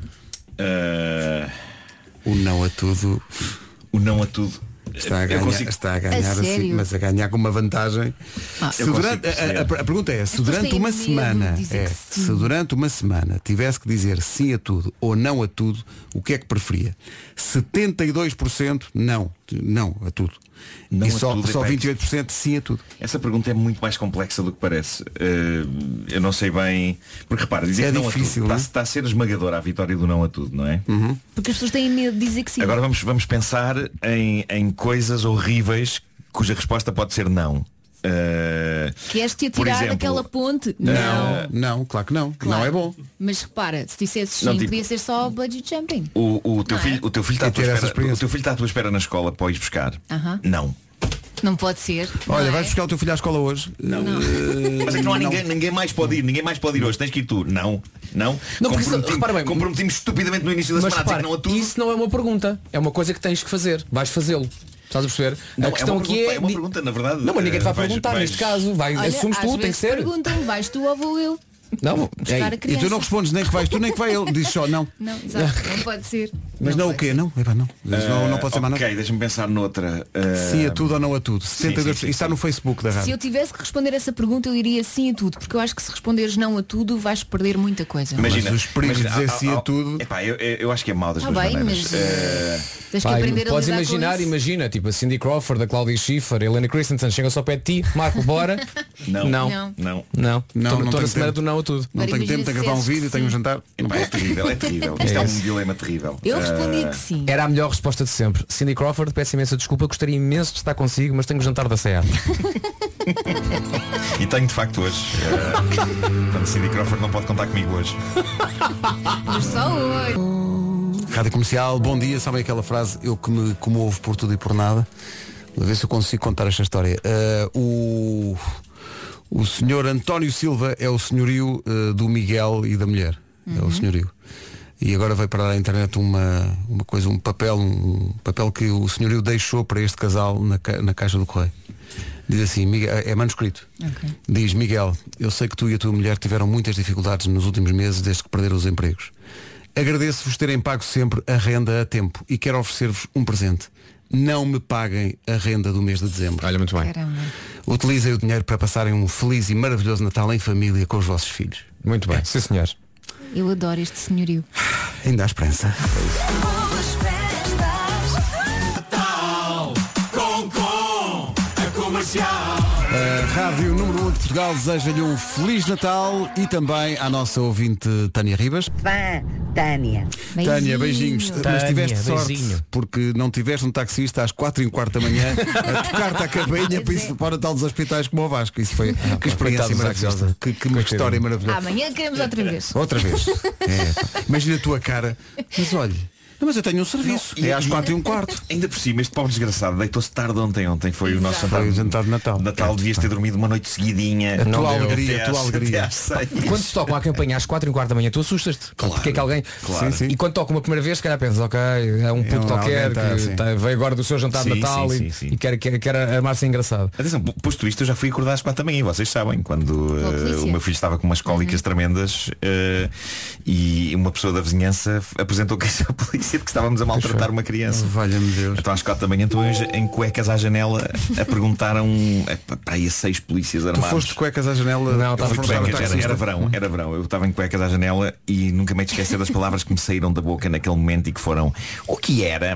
O não a tudo. O não a tudo. Está a ganhar assim, mas a ganhar com uma vantagem. A pergunta é, se durante uma semana durante uma semana tivesse que dizer sim a tudo ou não a tudo, o que é que preferia? 72% não a tudo. Não, e só 28% sim a tudo. Essa pergunta é muito mais complexa do que parece. Eu não sei bem. Porque repara, dizer que não difícil, a tudo está a ser esmagadora a vitória do não a tudo, não é? Uhum. Porque as pessoas têm medo de dizer que sim. Agora vamos pensar em coisas horríveis cuja resposta pode ser não. Queres-te atirar daquela ponte? Não, claro que não. Claro. Não é bom. Mas repara, se dissesses sim, podia ser só budget jumping. O teu filho está à tua espera na escola para ir buscar. Não. Não pode ser. Olha, vais buscar o teu filho à escola hoje? Não. Mas é que não há ninguém mais pode ir. Ninguém mais pode ir hoje. Tens que ir tu. Não. Comprometimos estupidamente no início da semana a dizer que não a tudo. Isso não é uma pergunta. É uma coisa que tens que fazer. Vais fazê-lo. Estás a perceber? Não, a questão aqui é uma pergunta, na verdade. Não, mas ninguém te vai perguntar neste caso. Assumes tu, tem que ser. Perguntam, vais tu ou vou eu? Não, e tu não respondes nem que vais tu nem que vai ele. Diz só não. Não, exato, não pode ser. Mas não o quê? Não? Não pode ser mais nada. Ok, deixa-me pensar noutra. Sim a tudo ou não a tudo. 72%. Isso está no Facebook da rádio. Se eu tivesse que responder essa pergunta, eu diria sim a tudo, porque eu acho que se responderes não a tudo, vais perder muita coisa. Imagina, mas os perigos de dizer sim a tudo. Eu acho que é mau das duas maneiras. Tens que aprender podes imagina, tipo a Cindy Crawford, a Claudia Schiffer, a Helena Christensen, chegam-se ao pé de ti, Marco, bora. Não. Estou na semana do não a tudo. Não tenho tempo, tenho que gravar um vídeo, tenho um jantar. É terrível. Isto é um dilema terrível. Eu respondi que sim. Era a melhor resposta de sempre. Cindy Crawford, peço imensa desculpa, gostaria imenso de estar consigo, mas tenho um jantar da CEA. E tenho de facto hoje. Portanto, Cindy Crawford não pode contar comigo hoje. Mas só hoje. Rádio Comercial, bom dia. Sabem aquela frase, eu que me comovo por tudo e por nada? A ver se eu consigo contar esta história. O senhor António Silva é o senhorio do Miguel e da mulher. É o senhorio. E agora vai parar à internet um papel que o senhorio deixou para este casal na caixa do correio. Diz assim, Miguel, é manuscrito. Okay. Diz: Miguel, eu sei que tu e a tua mulher tiveram muitas dificuldades nos últimos meses desde que perderam os empregos. Agradeço-vos terem pago sempre a renda a tempo e quero oferecer-vos um presente. Não me paguem a renda do mês de dezembro. Olha, muito bem. Caramba. Utilizem o dinheiro para passarem um feliz e maravilhoso Natal em família com os vossos filhos. Muito bem, sim senhor. Eu adoro este senhorio. Ainda há esperança. A Rádio Número 1 de Portugal deseja-lhe um Feliz Natal e também à nossa ouvinte Tânia Ribas. Tânia. Tânia, beijinhos. Tânia, mas tiveste sorte, beijinho. porque não tiveste um taxista às 4h15 da manhã a tocar-te a campainha para isso para tal dos hospitais como o Vasco. Isso foi que experiência maravilhosa. Que história maravilhosa. Amanhã queremos outra vez. Outra vez. Imagina a tua cara. Mas olha, Não, mas eu tenho um serviço. É às 4:15. Ainda por cima, este pobre desgraçado deitou-se tarde ontem. Ontem foi o nosso jantar de Natal. Natal, devias ter dormido uma noite seguidinha. A tua alegria. Quando te toca a campanha às 4:15 da manhã, tu assustas-te. Claro, porque é que alguém. Claro. E quando toca uma primeira vez, se calhar pensas, ok, é um puto qualquer que veio agora do seu jantar de Natal e quer armar-se engraçado. Atenção, posto isto, eu já fui acordar às 4 da manhã, e vocês sabem, quando o meu filho estava com umas cólicas tremendas e uma pessoa da vizinhança apresentou queixa à polícia de que estávamos a maltratar uma criança. Valha-me Deus. Então às 4 da manhã estou em cuecas à janela a perguntar para aí a 6 polícias armados. Tu foste de cuecas à janela? Não, era verão. Eu estava em cuecas à janela e nunca me esqueci das palavras que me saíram da boca naquele momento e que foram: o que era?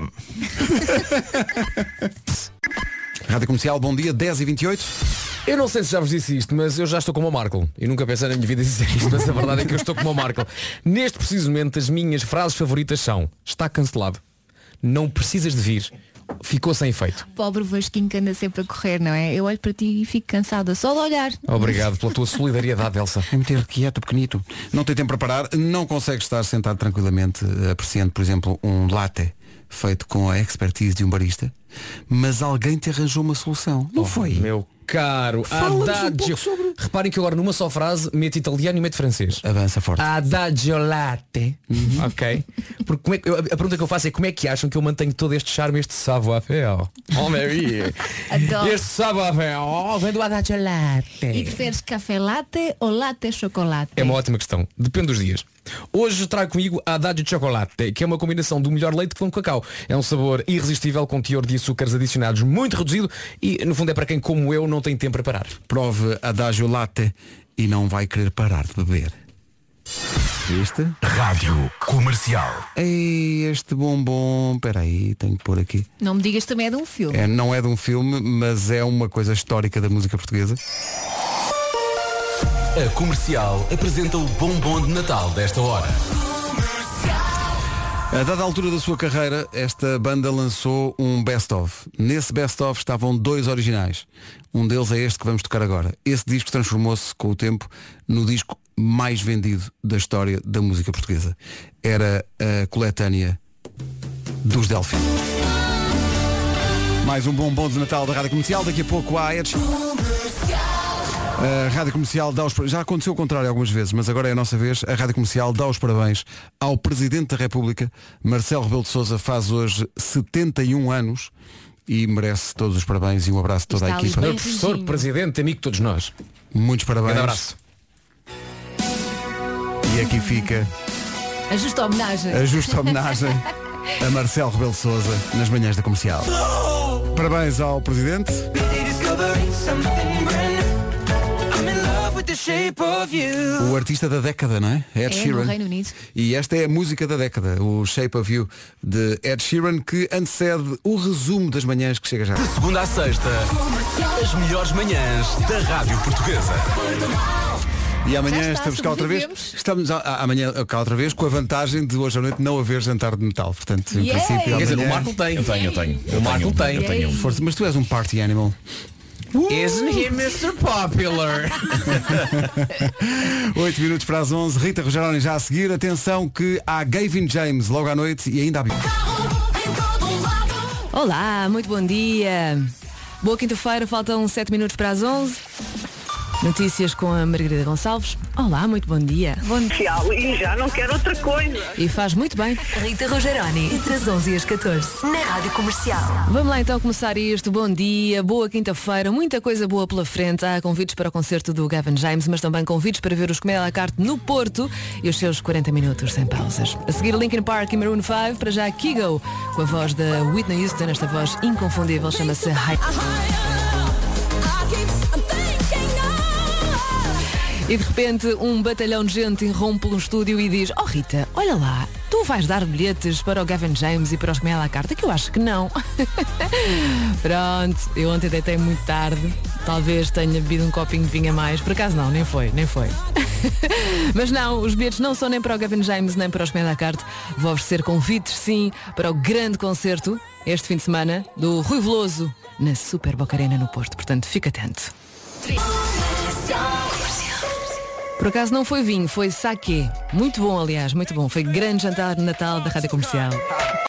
Rádio Comercial, bom dia, 10h28. Eu não sei se já vos disse isto, mas eu já estou como o Marco. E nunca pensei na minha vida dizer isto, mas a verdade é que eu estou como o Marco. Neste preciso momento, as minhas frases favoritas são: está cancelado, não precisas de vir, ficou sem efeito. Pobre Vasquinho que anda sempre a correr, não é? Eu olho para ti e fico cansada só de olhar. Obrigado pela tua solidariedade, Elsa. É meter quieto, pequenito. Não tem tempo para parar, não consegue estar sentado tranquilamente apreciando, por exemplo, um latte feito com a expertise de um barista, mas alguém te arranjou uma solução. Não foi? Meu caro, adagio. Reparem que agora numa só frase mete italiano e mete francês. Avança forte. Adagio latte. Ok? Porque a pergunta que eu faço é: como é que acham que eu mantenho todo este charme, este savoir-faire? Oh, Mary. Este savoir-faire vem do adagio latte. E preferes café latte ou latte chocolate? É uma ótima questão. Depende dos dias. Hoje trago comigo a Adagio de chocolate, que é uma combinação do melhor leite com cacau. É um sabor irresistível com teor de açúcares adicionados muito reduzido e, no fundo, é para quem, como eu, não tem tempo para parar. Prove Adagio latte e não vai querer parar de beber. Este? Rádio Comercial. Ei, este bombom. Espera aí, tenho que pôr aqui. Não me digas também é de um filme. Não é de um filme, mas é uma coisa histórica da música portuguesa. A Comercial apresenta o bombom de Natal desta hora. A dada altura da sua carreira, esta banda lançou um best-of. Nesse best-of estavam 2 originais. Um deles é este que vamos tocar agora. Esse disco transformou-se, com o tempo, no disco mais vendido da história da música portuguesa. Era a coletânea dos Delfim. Mais um bombom de Natal da Rádio Comercial. Daqui a pouco há Ed. A Rádio Comercial dá os... Já aconteceu o contrário algumas vezes, mas agora é a nossa vez. A Rádio Comercial dá os parabéns ao Presidente da República. Marcelo Rebelo de Sousa faz hoje 71 anos e merece todos os parabéns e um abraço a toda a equipa. Professor, Presidente, amigo de todos nós. Muitos parabéns. Um abraço. E aqui fica a justa homenagem. A justa homenagem a Marcelo Rebelo de Sousa nas manhãs da Comercial. Parabéns ao Presidente. O artista da década, não é? Ed Sheeran. No Reino Unido. E esta é a música da década, o Shape of You de Ed Sheeran, que antecede o resumo das manhãs que chega já. De segunda à sexta, as melhores manhãs da Rádio Portuguesa. E amanhã estamos cá outra vez. Estamos amanhã cá outra vez com a vantagem de hoje à noite não haver jantar de Natal. Portanto, em princípio, quer dizer, o Marco tem. Eu tenho. O Marco tem. Força, mas tu és um party animal. Isn't he Mr. Popular? 8 minutos para as 11. Rita Rogeroni já a seguir. Atenção que há Gavin James logo à noite e ainda há... Olá, muito bom dia. Boa quinta-feira, faltam 7 minutos para as 11. Notícias com a Margarida Gonçalves. Olá, muito bom dia. Bom dia, e já não quero outra coisa. E faz muito bem. Rita Rogeroni, entre as 11 e as 14, na Rádio Comercial. Vamos lá então começar isto. Bom dia, boa quinta-feira, muita coisa boa pela frente. Há convites para o concerto do Gavin James, mas também convites para ver os Comédia à la Carte no Porto e os seus 40 minutos sem pausas. A seguir Linkin Park e Maroon 5, para já Kygo, com a voz da Whitney Houston, esta voz inconfundível, chama-se High. E de repente um batalhão de gente irrompe no estúdio e diz: oh Rita, olha lá, tu vais dar bilhetes para o Gavin James e para os Comédia à la Carte? Que eu acho que não. Pronto, eu ontem deitei muito tarde. Talvez tenha bebido um copinho de vinho a mais. Por acaso não, nem foi. Mas não, os bilhetes não são nem para o Gavin James nem para os Comédia à la Carte. Vou oferecer convites sim para o grande concerto este fim de semana do Rui Veloso na Super Boca Arena no Porto. Portanto, fica atento. Por acaso não foi vinho, foi saquê. Muito bom, aliás, muito bom. Foi grande jantar de Natal da Rádio Comercial.